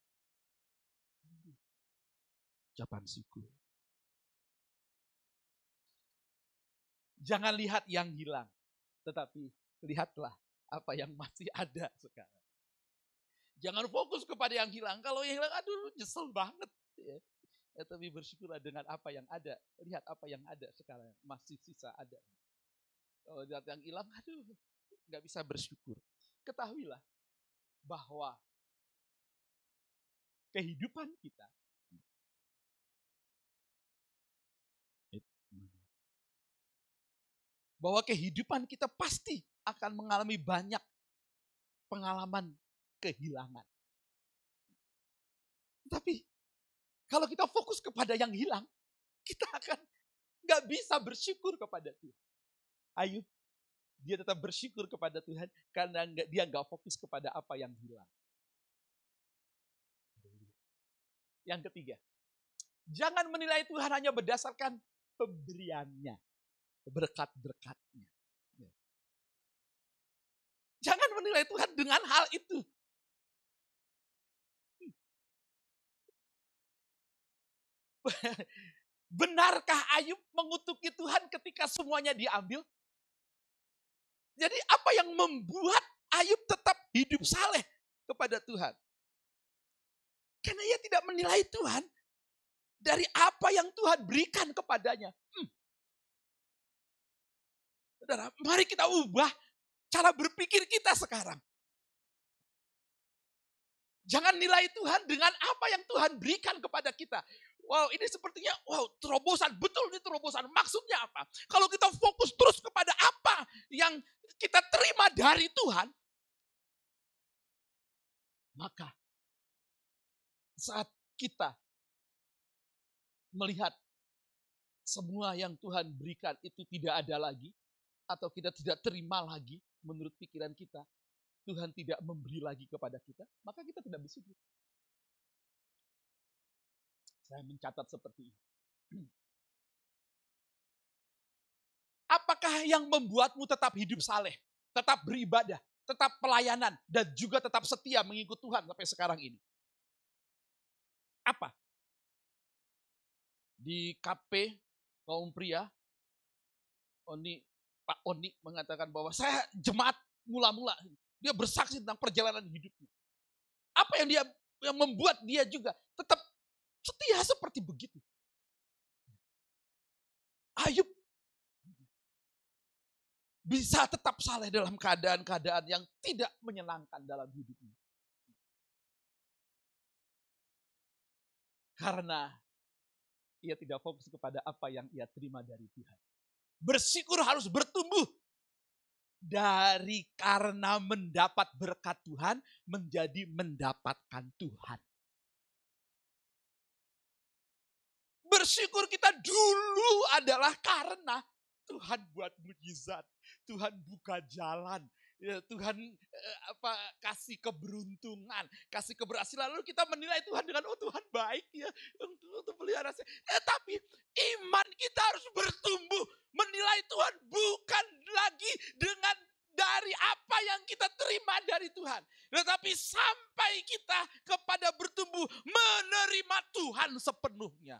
Ucapan syukur. Jangan lihat yang hilang, tetapi lihatlah apa yang masih ada sekarang. Jangan fokus kepada yang hilang. Kalau yang hilang, aduh nyesel banget. Ya. Ya, tapi bersyukurlah dengan apa yang ada. Lihat apa yang ada sekarang. Masih sisa ada. Kalau lihat yang hilang, aduh gak bisa bersyukur. Ketahuilah bahwa kehidupan kita bahwa kehidupan kita pasti akan mengalami banyak pengalaman kehilangan. Tapi kalau kita fokus kepada yang hilang, kita akan gak bisa bersyukur kepada Tuhan. Ayub, dia tetap bersyukur kepada Tuhan karena dia gak fokus kepada apa yang hilang. Yang ketiga, jangan menilai Tuhan hanya berdasarkan pemberiannya, berkat-berkatnya. Jangan menilai Tuhan dengan hal itu. Benarkah Ayub mengutuki Tuhan ketika semuanya diambil? Jadi apa yang membuat Ayub tetap hidup saleh kepada Tuhan? Karena ia tidak menilai Tuhan dari apa yang Tuhan berikan kepadanya. Hmm. Saudara, mari kita ubah cara berpikir kita sekarang. Jangan nilai Tuhan dengan apa yang Tuhan berikan kepada kita. Wow, ini sepertinya, wow, terobosan. Betul ini terobosan. Maksudnya apa? Kalau kita fokus terus kepada apa yang kita terima dari Tuhan, maka saat kita melihat semua yang Tuhan berikan itu tidak ada lagi, atau kita tidak terima lagi menurut pikiran kita, Tuhan tidak memberi lagi kepada kita, maka kita tidak bersyukur. Saya mencatat seperti ini. Apakah yang membuatmu tetap hidup saleh, tetap beribadah, tetap pelayanan, dan juga tetap setia mengikut Tuhan sampai sekarang ini? Apa? Di K P kaum pria, Oni, Pak Oni mengatakan bahwa saya jemaat mula-mula. Dia bersaksi tentang perjalanan hidupnya. Apa yang dia yang membuat dia juga tetap setia seperti begitu? Ayub bisa tetap saleh dalam keadaan-keadaan yang tidak menyenangkan dalam hidupnya. Karena ia tidak fokus kepada apa yang ia terima dari Tuhan. Bersyukur harus bertumbuh. Dari karena mendapat berkat Tuhan, menjadi mendapatkan Tuhan. Bersyukur kita dulu adalah karena Tuhan buat mujizat, Tuhan buka jalan, ya, Tuhan eh, apa kasih keberuntungan, kasih keberhasilan. Lalu kita menilai Tuhan dengan oh Tuhan baik ya untuk, untuk pelihara saya. Eh, tapi iman kita harus bertumbuh, menilai Tuhan bukan lagi dengan dari apa yang kita terima dari Tuhan, tetapi sampai kita kepada bertumbuh menerima Tuhan sepenuhnya.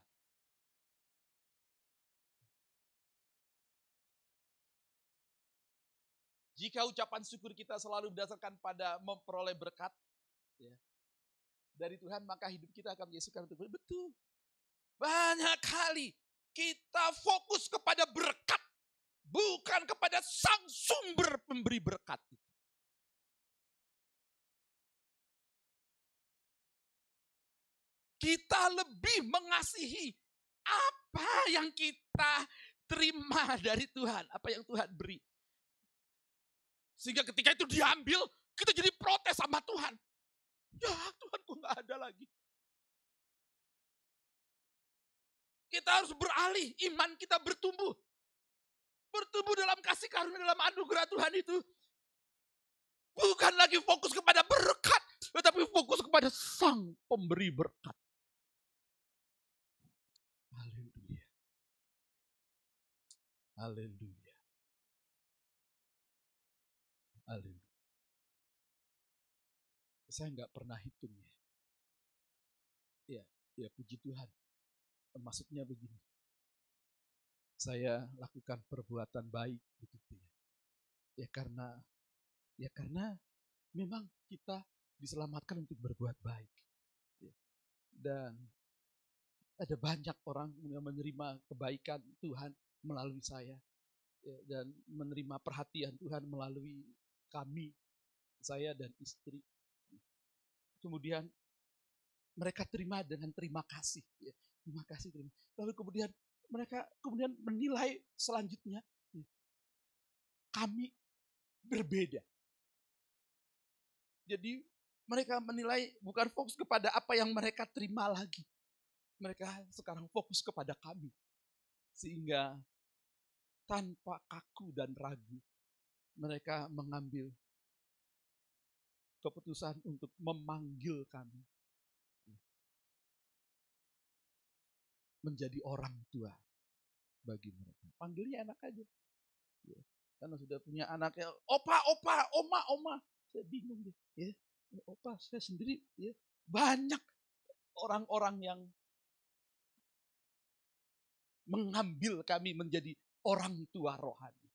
Jika ucapan syukur kita selalu berdasarkan pada memperoleh berkat ya, dari Tuhan, maka hidup kita akan menjadi sukar untuk berkat. Betul. Banyak kali kita fokus kepada berkat, bukan kepada sang sumber pemberi berkat. Kita lebih mengasihi apa yang kita terima dari Tuhan, apa yang Tuhan beri. Sehingga ketika itu diambil, kita jadi protes sama Tuhan. Ya Tuhan kok gak ada lagi. Kita harus beralih, iman kita bertumbuh. Bertumbuh dalam kasih karunia, dalam anugerah Tuhan itu. Bukan lagi fokus kepada berkat, tetapi fokus kepada sang pemberi berkat. Haleluya. Haleluya. Haleluya. Saya nggak pernah hitung ya. Ya, ya puji Tuhan. Maksudnya begini. Saya lakukan perbuatan baik begitu ya. Ya karena ya karena memang kita diselamatkan untuk berbuat baik. Ya. Dan ada banyak orang yang menerima kebaikan Tuhan melalui saya. Ya, dan menerima perhatian Tuhan melalui kami, saya dan istri. Kemudian mereka terima dengan terima kasih. Ya. Terima kasih. Terima. Lalu kemudian mereka kemudian menilai selanjutnya. Ya. Kami berbeda. Jadi mereka menilai bukan fokus kepada apa yang mereka terima lagi. Mereka sekarang fokus kepada kami. Sehingga tanpa kaku dan ragu, mereka mengambil keputusan untuk memanggil kami menjadi orang tua bagi mereka. Panggilnya enak aja. Ya. Karena sudah punya anaknya, opa, opa, oma, oma. Saya bingung deh. Ya. Opa, saya sendiri. Ya. Banyak orang-orang yang mengambil kami menjadi orang tua rohani.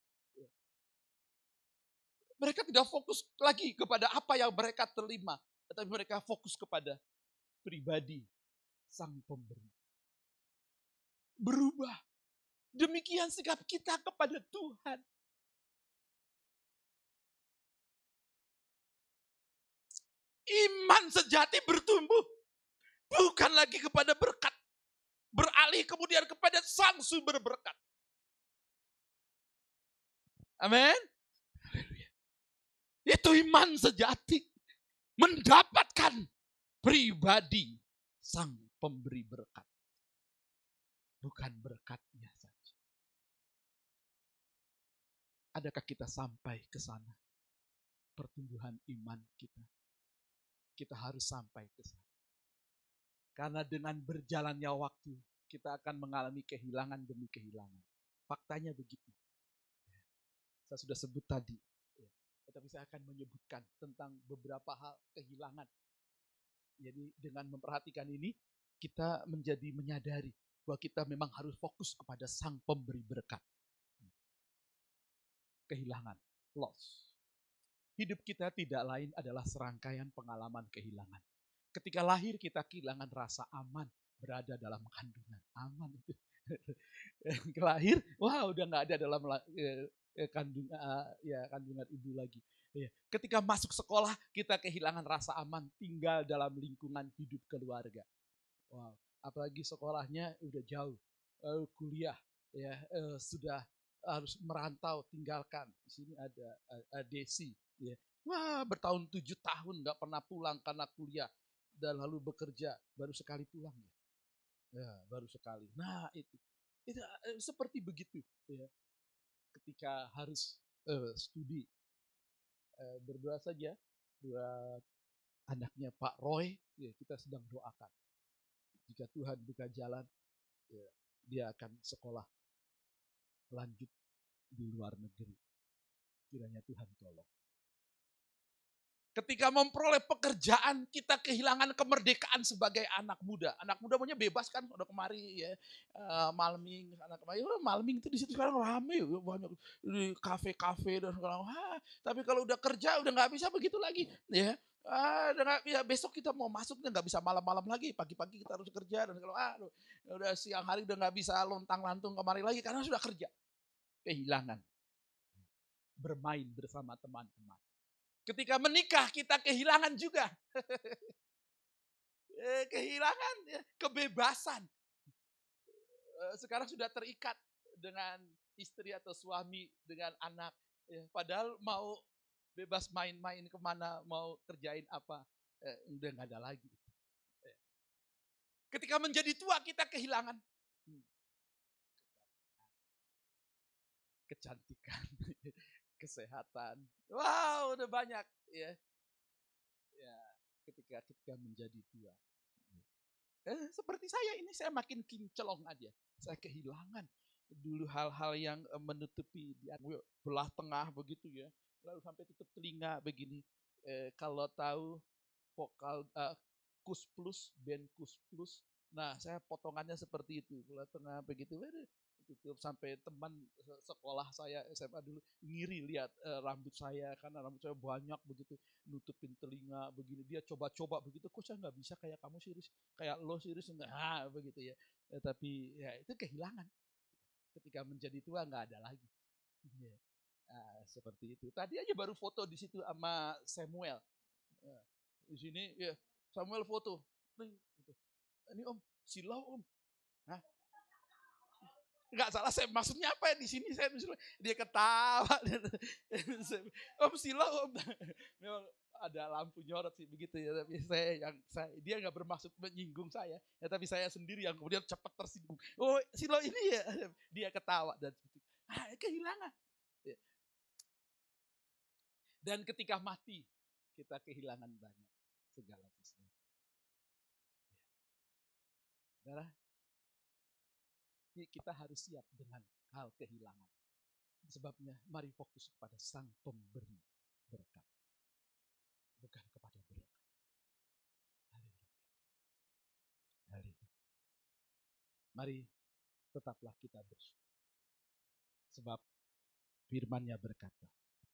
Mereka tidak fokus lagi kepada apa yang mereka terima, tetapi mereka fokus kepada pribadi sang pemberi. Berubah. Demikian sikap kita kepada Tuhan. Iman sejati bertumbuh. Bukan lagi kepada berkat. Beralih kemudian kepada sang sumber berkat. Amin. Itu iman sejati. Mendapatkan pribadi sang pemberi berkat. Bukan berkatnya saja. Adakah kita sampai ke sana? Pertumbuhan iman kita. Kita harus sampai ke sana. Karena dengan berjalannya waktu, kita akan mengalami kehilangan demi kehilangan. Faktanya begitu. Saya sudah sebut tadi. Tetapi saya akan menyebutkan tentang beberapa hal kehilangan. Jadi dengan memperhatikan ini, kita menjadi menyadari bahwa kita memang harus fokus kepada sang pemberi berkat. Kehilangan, loss. Hidup kita tidak lain adalah serangkaian pengalaman kehilangan. Ketika lahir kita kehilangan rasa aman berada dalam kandungan. Aman itu. Lahir, wah udah nggak ada dalam kandung, ya, kandungan ibu lagi. Ya. Ketika masuk sekolah kita kehilangan rasa aman tinggal dalam lingkungan hidup keluarga. Wow, apalagi sekolahnya udah jauh, lalu kuliah ya eh, sudah harus merantau tinggalkan. Di sini ada uh, Desi, ya. Wah bertahun tujuh tahun nggak pernah pulang karena kuliah dan lalu bekerja baru sekali pulang ya, ya baru sekali. Nah itu itu uh, seperti begitu ya. Ketika harus uh, studi uh, berdoa saja buat anaknya Pak Roy, ya, kita sedang doakan. Jika Tuhan buka jalan, ya, dia akan sekolah lanjut di luar negeri. Kiranya Tuhan tolong. Ketika memperoleh pekerjaan, kita kehilangan kemerdekaan sebagai anak muda. Anak muda maunya bebas kan, udah kemari ya, uh, Malming, anak kemari, oh, Malming itu di situ sekarang rame, banyak di kafe-kafe dan segala macam. Tapi kalau udah kerja udah nggak bisa begitu lagi, ya. Ah, udah gak, ya besok kita mau masuk nggak bisa malam-malam lagi, pagi-pagi kita harus kerja dan kalau ah, udah siang hari udah nggak bisa lontang-lantung kemari lagi karena sudah kerja. Kehilangan bermain bersama teman-teman. Ketika menikah kita kehilangan juga. Kehilangan kebebasan. Sekarang sudah terikat dengan istri atau suami, dengan anak. Padahal mau bebas main-main kemana, mau kerjain apa, udah gak ada lagi. Ketika menjadi tua kita kehilangan kecantikan, kesehatan. Wow, udah banyak ya. Ya, ketika ketika menjadi tua. Eh, seperti saya ini saya makin kinclong aja. Saya kehilangan dulu hal-hal yang menutupi di belah tengah begitu ya. Lalu sampai tutup telinga begini. Eh, kalau tahu vokal uh, kus plus, band kus plus. Nah, saya potongannya seperti itu, belah tengah begitu. Tutup sampai teman sekolah saya S M A dulu ngiri lihat uh, rambut saya karena rambut saya banyak begitu nutupin telinga begini, dia coba-coba begitu, kok saya nggak bisa kayak kamu Siris, kayak lo Siris enggak, ah, begitu ya. Eh, tapi ya itu kehilangan ketika menjadi tua nggak ada lagi. Ya. Nah, seperti itu. Tadi aja baru foto di situ sama Samuel. Nah, di sini ya Samuel foto. Nih, gitu. Ini Om, silau Om. Hah? Enggak salah saya maksudnya apa ya di sini saya dia ketawa. Om silau Om. Memang ada lampu nyorot sih begitu ya, tapi saya yang saya dia nggak bermaksud menyinggung saya ya, tapi saya sendiri yang kemudian cepat tersinggung. Oh silau ini ya, dia ketawa dan ah, kehilangan. Ya. Dan ketika mati kita kehilangan banyak segala sesuatu. Saudara, kita harus siap dengan hal kehilangan. Sebabnya mari fokus kepada Sang Pemberi berkat, bukan kepada berkat. Haleluya. Mari tetaplah kita bersyukur. Sebab firman-Nya berkata,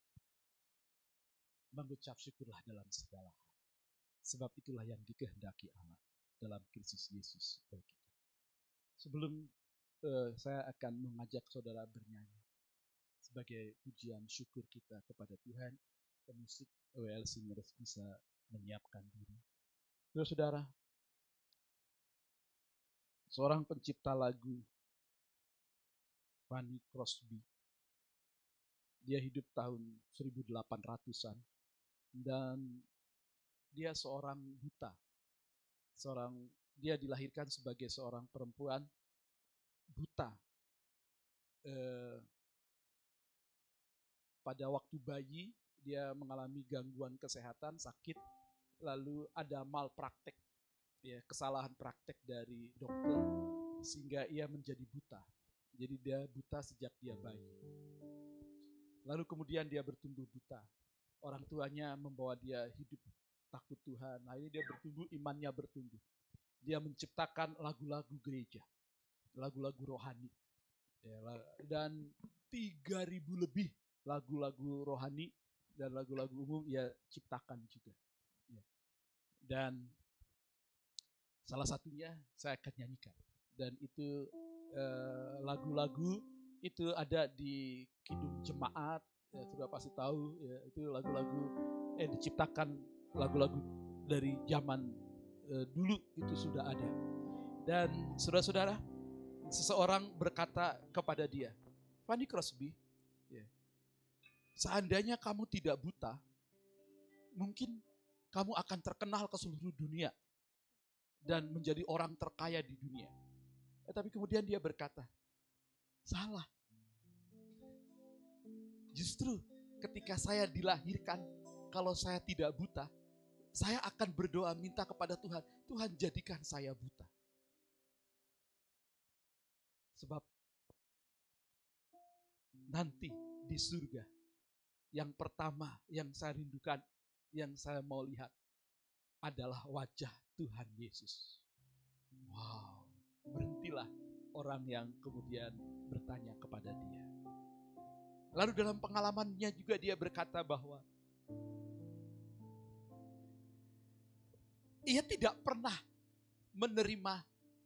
mengucap syukurlah dalam segala hal. Sebab itulah yang dikehendaki Allah dalam Kristus Yesus bagi kita. Sebelum uh, saya akan mengajak saudara bernyanyi sebagai pujian syukur kita kepada Tuhan, pemusik W L Singers bisa menyiapkan diri. Saudara, seorang pencipta lagu, Fanny Crosby, dia hidup tahun seribu delapan ratusan dan dia seorang buta. Seorang dia dilahirkan sebagai seorang perempuan buta. Eh, pada waktu bayi dia mengalami gangguan kesehatan, sakit, lalu ada malpraktek, ya, kesalahan praktek dari dokter sehingga ia menjadi buta. Jadi dia buta sejak dia bayi. Lalu kemudian dia bertumbuh buta. Orang tuanya membawa dia hidup takut Tuhan. Nah ini dia bertumbuh, imannya bertumbuh. Dia menciptakan lagu-lagu gereja, lagu-lagu rohani. Ya, dan tiga ribu lebih lagu-lagu rohani dan lagu-lagu umum ia ciptakan juga. Ya. Dan salah satunya saya akan nyanyikan. Dan itu eh, lagu-lagu itu ada di Kidung Jemaat, ya, sudah pasti tahu, ya, itu lagu-lagu eh diciptakan lagu-lagu dari zaman eh, dulu itu sudah ada. Dan saudara-saudara, seseorang berkata kepada dia, Fanny Crosby, ya, seandainya kamu tidak buta, mungkin kamu akan terkenal ke seluruh dunia dan menjadi orang terkaya di dunia. Eh, tapi kemudian dia berkata, salah. Justru ketika saya dilahirkan, kalau saya tidak buta, saya akan berdoa minta kepada Tuhan, Tuhan jadikan saya buta. Sebab nanti di surga, yang pertama yang saya rindukan, yang saya mau lihat adalah wajah Tuhan Yesus. Wow, berhentilah orang yang kemudian bertanya kepada dia. Lalu dalam pengalamannya juga dia berkata bahwa ia tidak pernah menerima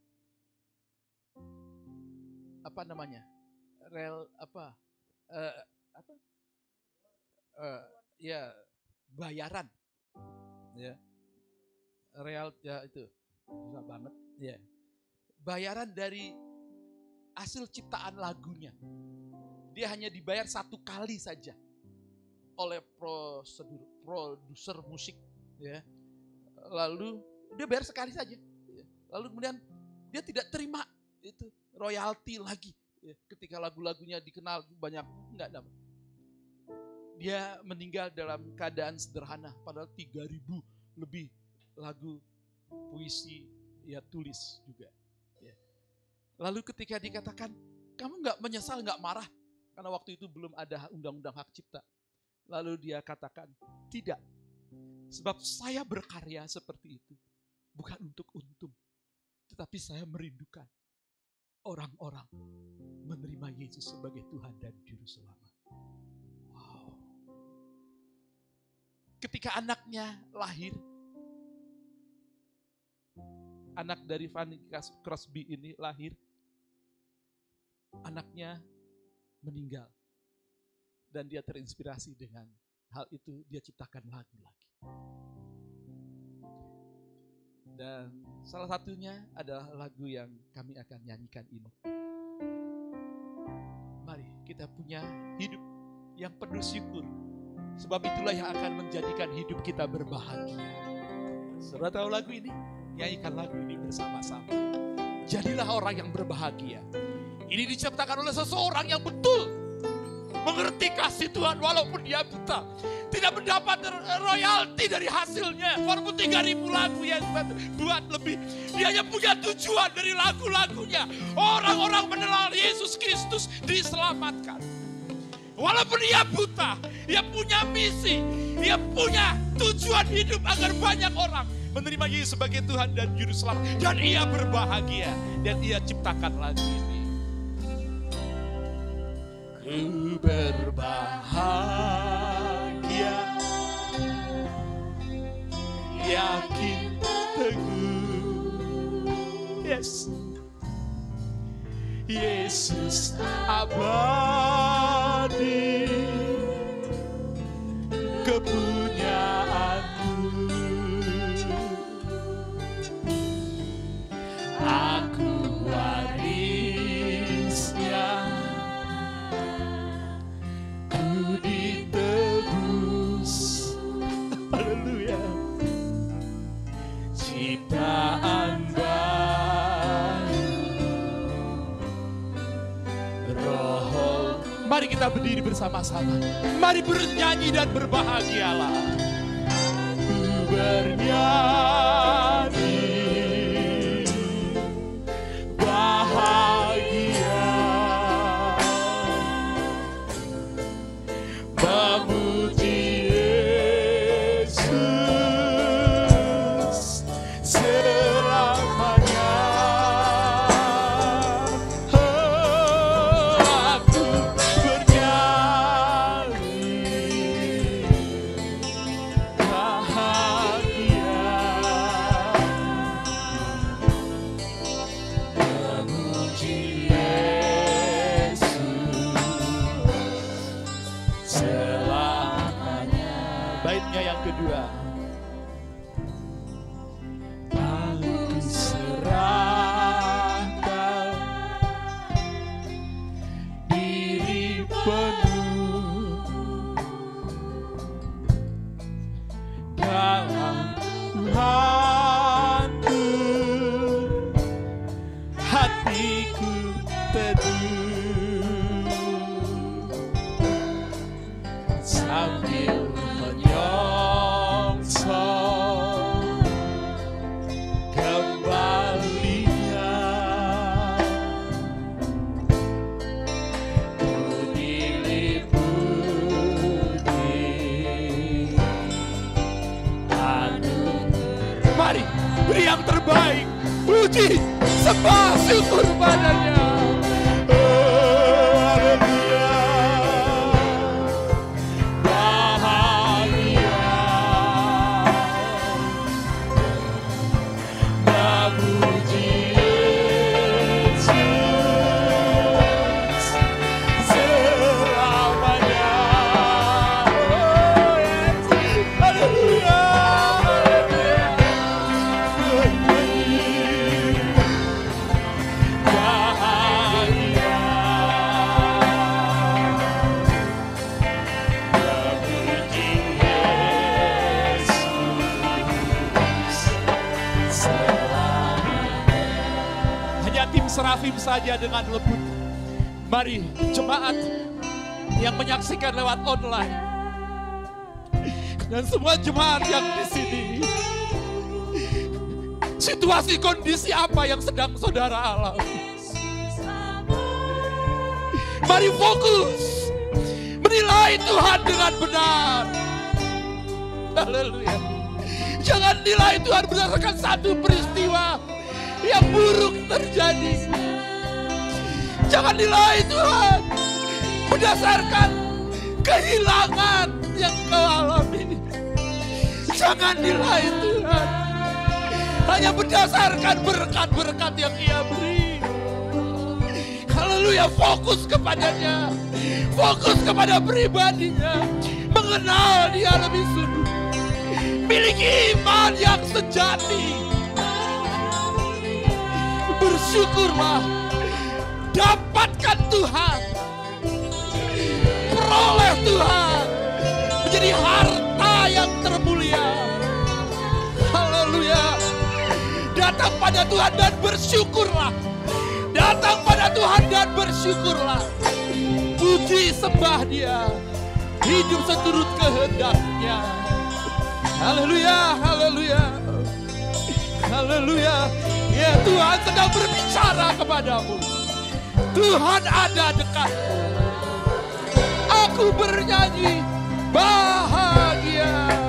apa namanya, rel apa, uh, apa, uh, ya bayaran, ya, real ya itu susah banget, ya, bayaran dari hasil ciptaan lagunya. Dia hanya dibayar satu kali saja oleh prosedur produser musik, ya. Lalu dia bayar sekali saja, lalu kemudian dia tidak terima itu royalti lagi, ya. Ketika lagu-lagunya dikenal banyak, enggak dapat. Dia meninggal dalam keadaan sederhana, padahal tiga ribu lebih lagu puisi ya tulis juga, ya. Lalu ketika dikatakan, kamu enggak menyesal, enggak marah, karena waktu itu belum ada undang-undang hak cipta. Lalu dia katakan, tidak. Sebab saya berkarya seperti itu bukan untuk untung, tetapi saya merindukan orang-orang menerima Yesus sebagai Tuhan dan Juru Selamat. Wow. Ketika anaknya lahir, anak dari Fanny Crosby ini lahir, anaknya meninggal. Dan dia terinspirasi dengan hal itu, dia ciptakan lagu lagi. Dan salah satunya adalah lagu yang kami akan nyanyikan ini. Mari kita punya hidup yang penuh syukur, sebab itulah yang akan menjadikan hidup kita berbahagia. Saudara tahu lagu ini? Nyanyikan lagu ini bersama-sama. Jadilah orang yang berbahagia. Ini diciptakan oleh seseorang yang betul mengerti kasih Tuhan walaupun dia buta. Tidak mendapat royalti dari hasilnya. Walaupun tiga ribu lagu yang buat lebih. Dia hanya punya tujuan dari lagu-lagunya. Orang-orang mengenal Yesus Kristus diselamatkan. Walaupun dia buta, dia punya misi. Dia punya tujuan hidup agar banyak orang menerima Yesus sebagai Tuhan dan Juru Selamat. Dan ia berbahagia. Dan ia ciptakan lagu ini. Ku berbahagia, yakin teguh, yes, Yesus abadi, kepunyaanku, aku warisnya. Ciptaan baru, Roh. Mari kita berdiri bersama-sama. Mari bernyanyi dan berbahagialah. Ku bernyanyi bahagia, memuji bahagia. baik. Puji, sembah, syukur padanya. Oh, haleluya. Bahagia memuji Yesus selamanya. Oh, Yesus. Haleluya. Serafim saja dengan lembut. Mari jemaat yang menyaksikan lewat online dan semua jemaat yang di sini, situasi kondisi apa yang sedang saudara alami, mari fokus menilai Tuhan dengan benar. Haleluya. Jangan nilai Tuhan berdasarkan satu peristiwa yang buruk terjadi. Jangan nilai Tuhan berdasarkan kehilangan yang kau alami. Jangan nilai Tuhan hanya berdasarkan berkat-berkat yang Ia beri. Haleluya, fokus kepadanya, fokus kepada pribadinya, mengenal Dia lebih sungguh, miliki iman yang sejati. Bersyukurlah, dapatkan Tuhan, peroleh Tuhan menjadi harta yang termulia. Haleluya. Datang pada Tuhan dan bersyukurlah. Datang pada Tuhan dan bersyukurlah. Puji sembah Dia, hidup seturut kehendak-Nya. Haleluya, haleluya, haleluya. Ya, Tuhan sedang berbicara kepadamu. Tuhan ada dekat. Aku bernyanyi bahagia.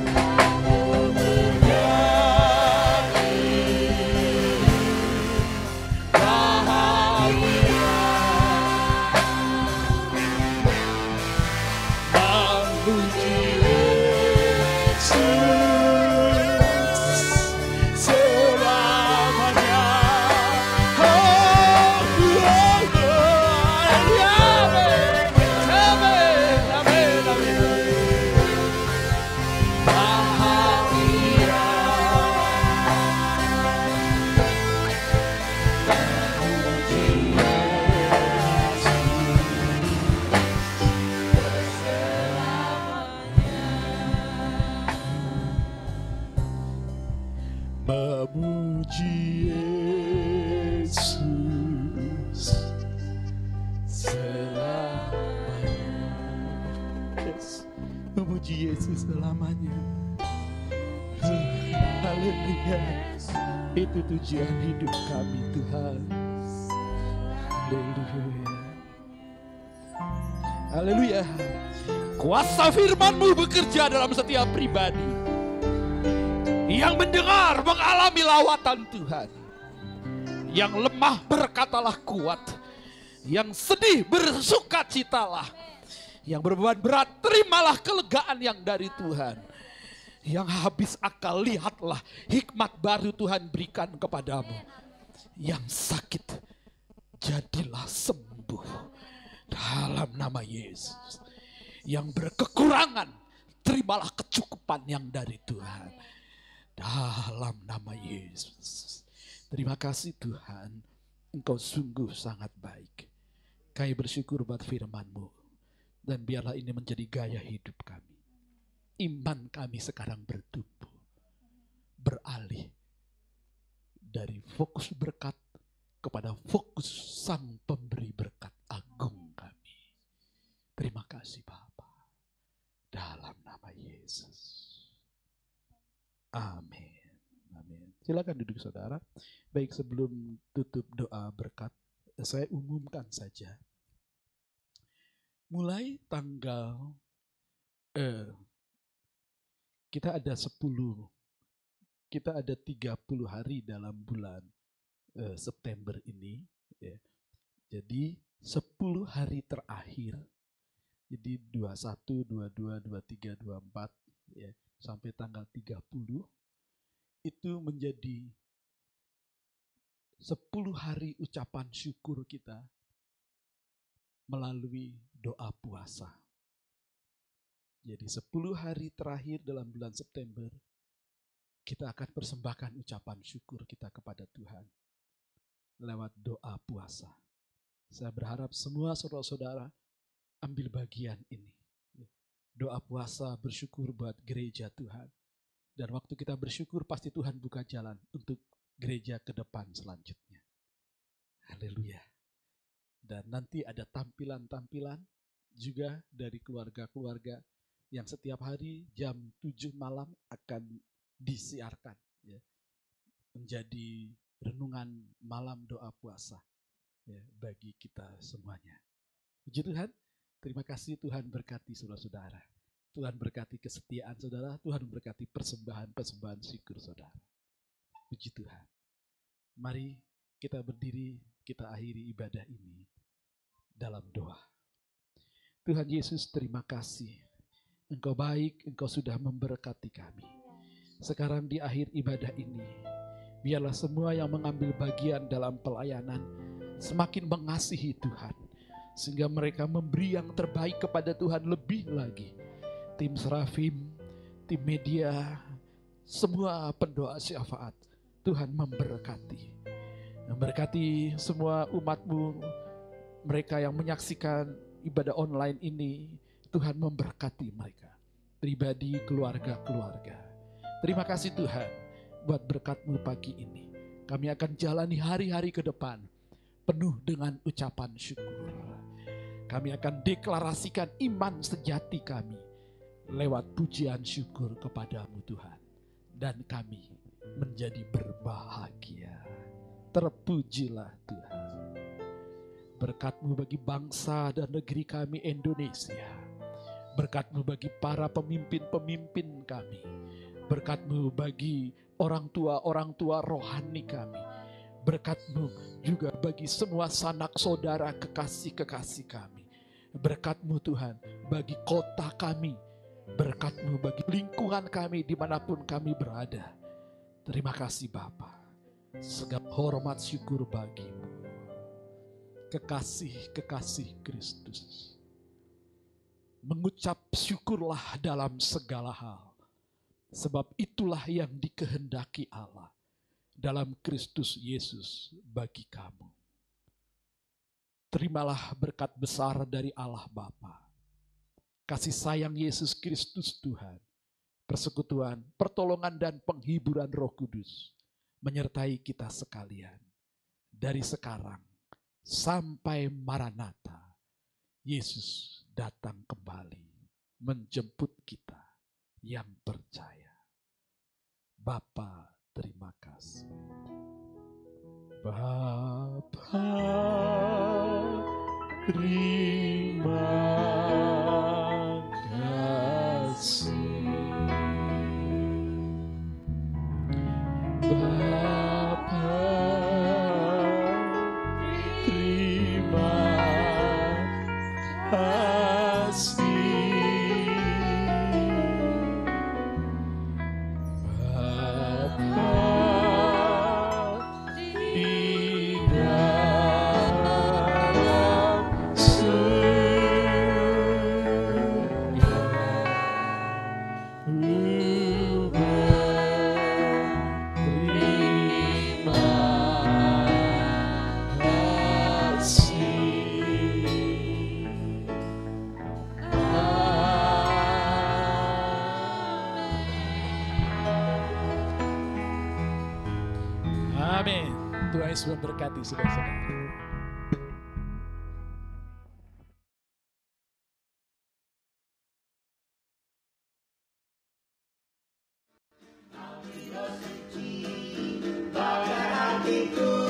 Memuji Yesus selamanya. Yes. Memuji Yesus selamanya. Haleluya. Itu tujuan hidup kami, Tuhan. Haleluya. Haleluya. Kuasa firman-Mu bekerja dalam setiap pribadi yang mendengar mengalami lawatan Tuhan. Yang lemah berkatalah kuat, yang sedih bersukacitalah, yang berbeban berat terimalah kelegaan yang dari Tuhan. Yang habis akal lihatlah hikmat baru Tuhan berikan kepadamu. Yang sakit jadilah sembuh dalam nama Yesus. Yang berkekurangan terimalah kecukupan yang dari Tuhan dalam nama Yesus. Terima kasih Tuhan, Engkau sungguh sangat baik. Kami bersyukur buat firman-Mu, dan biarlah ini menjadi gaya hidup kami. Iman kami sekarang bertumbuh, beralih dari fokus berkat kepada fokus Sang Pemberi berkat agung kami. Terima kasih Bapa, dalam nama Yesus. Amin. Amin. Silakan duduk saudara. Baik, sebelum tutup doa berkat, saya umumkan saja. Mulai tanggal eh, kita ada sepuluh kita ada tiga puluh hari dalam bulan uh, September ini. Ya. Jadi sepuluh hari terakhir, jadi dua puluh satu, dua puluh dua, dua puluh tiga, dua puluh empat, ya, sampai tanggal tiga puluh, itu menjadi sepuluh hari ucapan syukur kita melalui doa puasa. Jadi sepuluh hari terakhir dalam bulan September, kita akan persembahkan ucapan syukur kita kepada Tuhan lewat doa puasa. Saya berharap semua saudara-saudara ambil bagian ini. Doa puasa bersyukur buat gereja Tuhan. Dan waktu kita bersyukur pasti Tuhan buka jalan untuk gereja ke depan selanjutnya. Haleluya. Dan nanti ada tampilan-tampilan juga dari keluarga-keluarga yang setiap hari jam tujuh malam akan disiarkan, ya, menjadi renungan malam doa puasa, ya, bagi kita semuanya. Puji Tuhan, terima kasih. Tuhan berkati saudara-saudara. Tuhan berkati kesetiaan saudara, Tuhan berkati persembahan-persembahan syukur saudara. Puji Tuhan. Mari kita berdiri, kita akhiri ibadah ini dalam doa. Tuhan Yesus, terima kasih. Engkau baik, Engkau sudah memberkati kami. Sekarang di akhir ibadah ini, biarlah semua yang mengambil bagian dalam pelayanan semakin mengasihi Tuhan, sehingga mereka memberi yang terbaik kepada Tuhan lebih lagi. Tim Serafim, tim media, semua pendoa syafaat, Tuhan memberkati. Memberkati semua umat-Mu, mereka yang menyaksikan ibadah online ini, Tuhan memberkati mereka, pribadi, keluarga-keluarga. Terima kasih Tuhan buat berkat-Mu pagi ini. Kami akan jalani hari-hari ke depan penuh dengan ucapan syukur. Kami akan deklarasikan iman sejati kami lewat pujian syukur kepada-Mu Tuhan. Dan kami menjadi berbahagia. Terpujilah Tuhan. Berkat-Mu bagi bangsa dan negeri kami Indonesia. Berkat-Mu bagi para pemimpin-pemimpin kami. Berkat-Mu bagi orang tua-orang tua rohani kami. Berkat-Mu juga bagi semua sanak saudara kekasih-kekasih kami. Berkat-Mu Tuhan bagi kota kami. Berkat-Mu bagi lingkungan kami dimanapun kami berada. Terima kasih Bapa. Segala hormat syukur bagi-Mu. Kekasih-kekasih Kristus. Mengucap syukurlah dalam segala hal. Sebab itulah yang dikehendaki Allah dalam Kristus Yesus bagi kamu. Terimalah berkat besar dari Allah Bapa, kasih sayang Yesus Kristus Tuhan, persekutuan, pertolongan dan penghiburan Roh Kudus menyertai kita sekalian dari sekarang sampai Maranatha. Yesus datang kembali menjemput kita yang percaya. Bapa, terima kasih. Bapa, terima kasih. Bapa, terima kasih. Amin. Tuhan Yesus memberkati saudara-saudara. Hatiku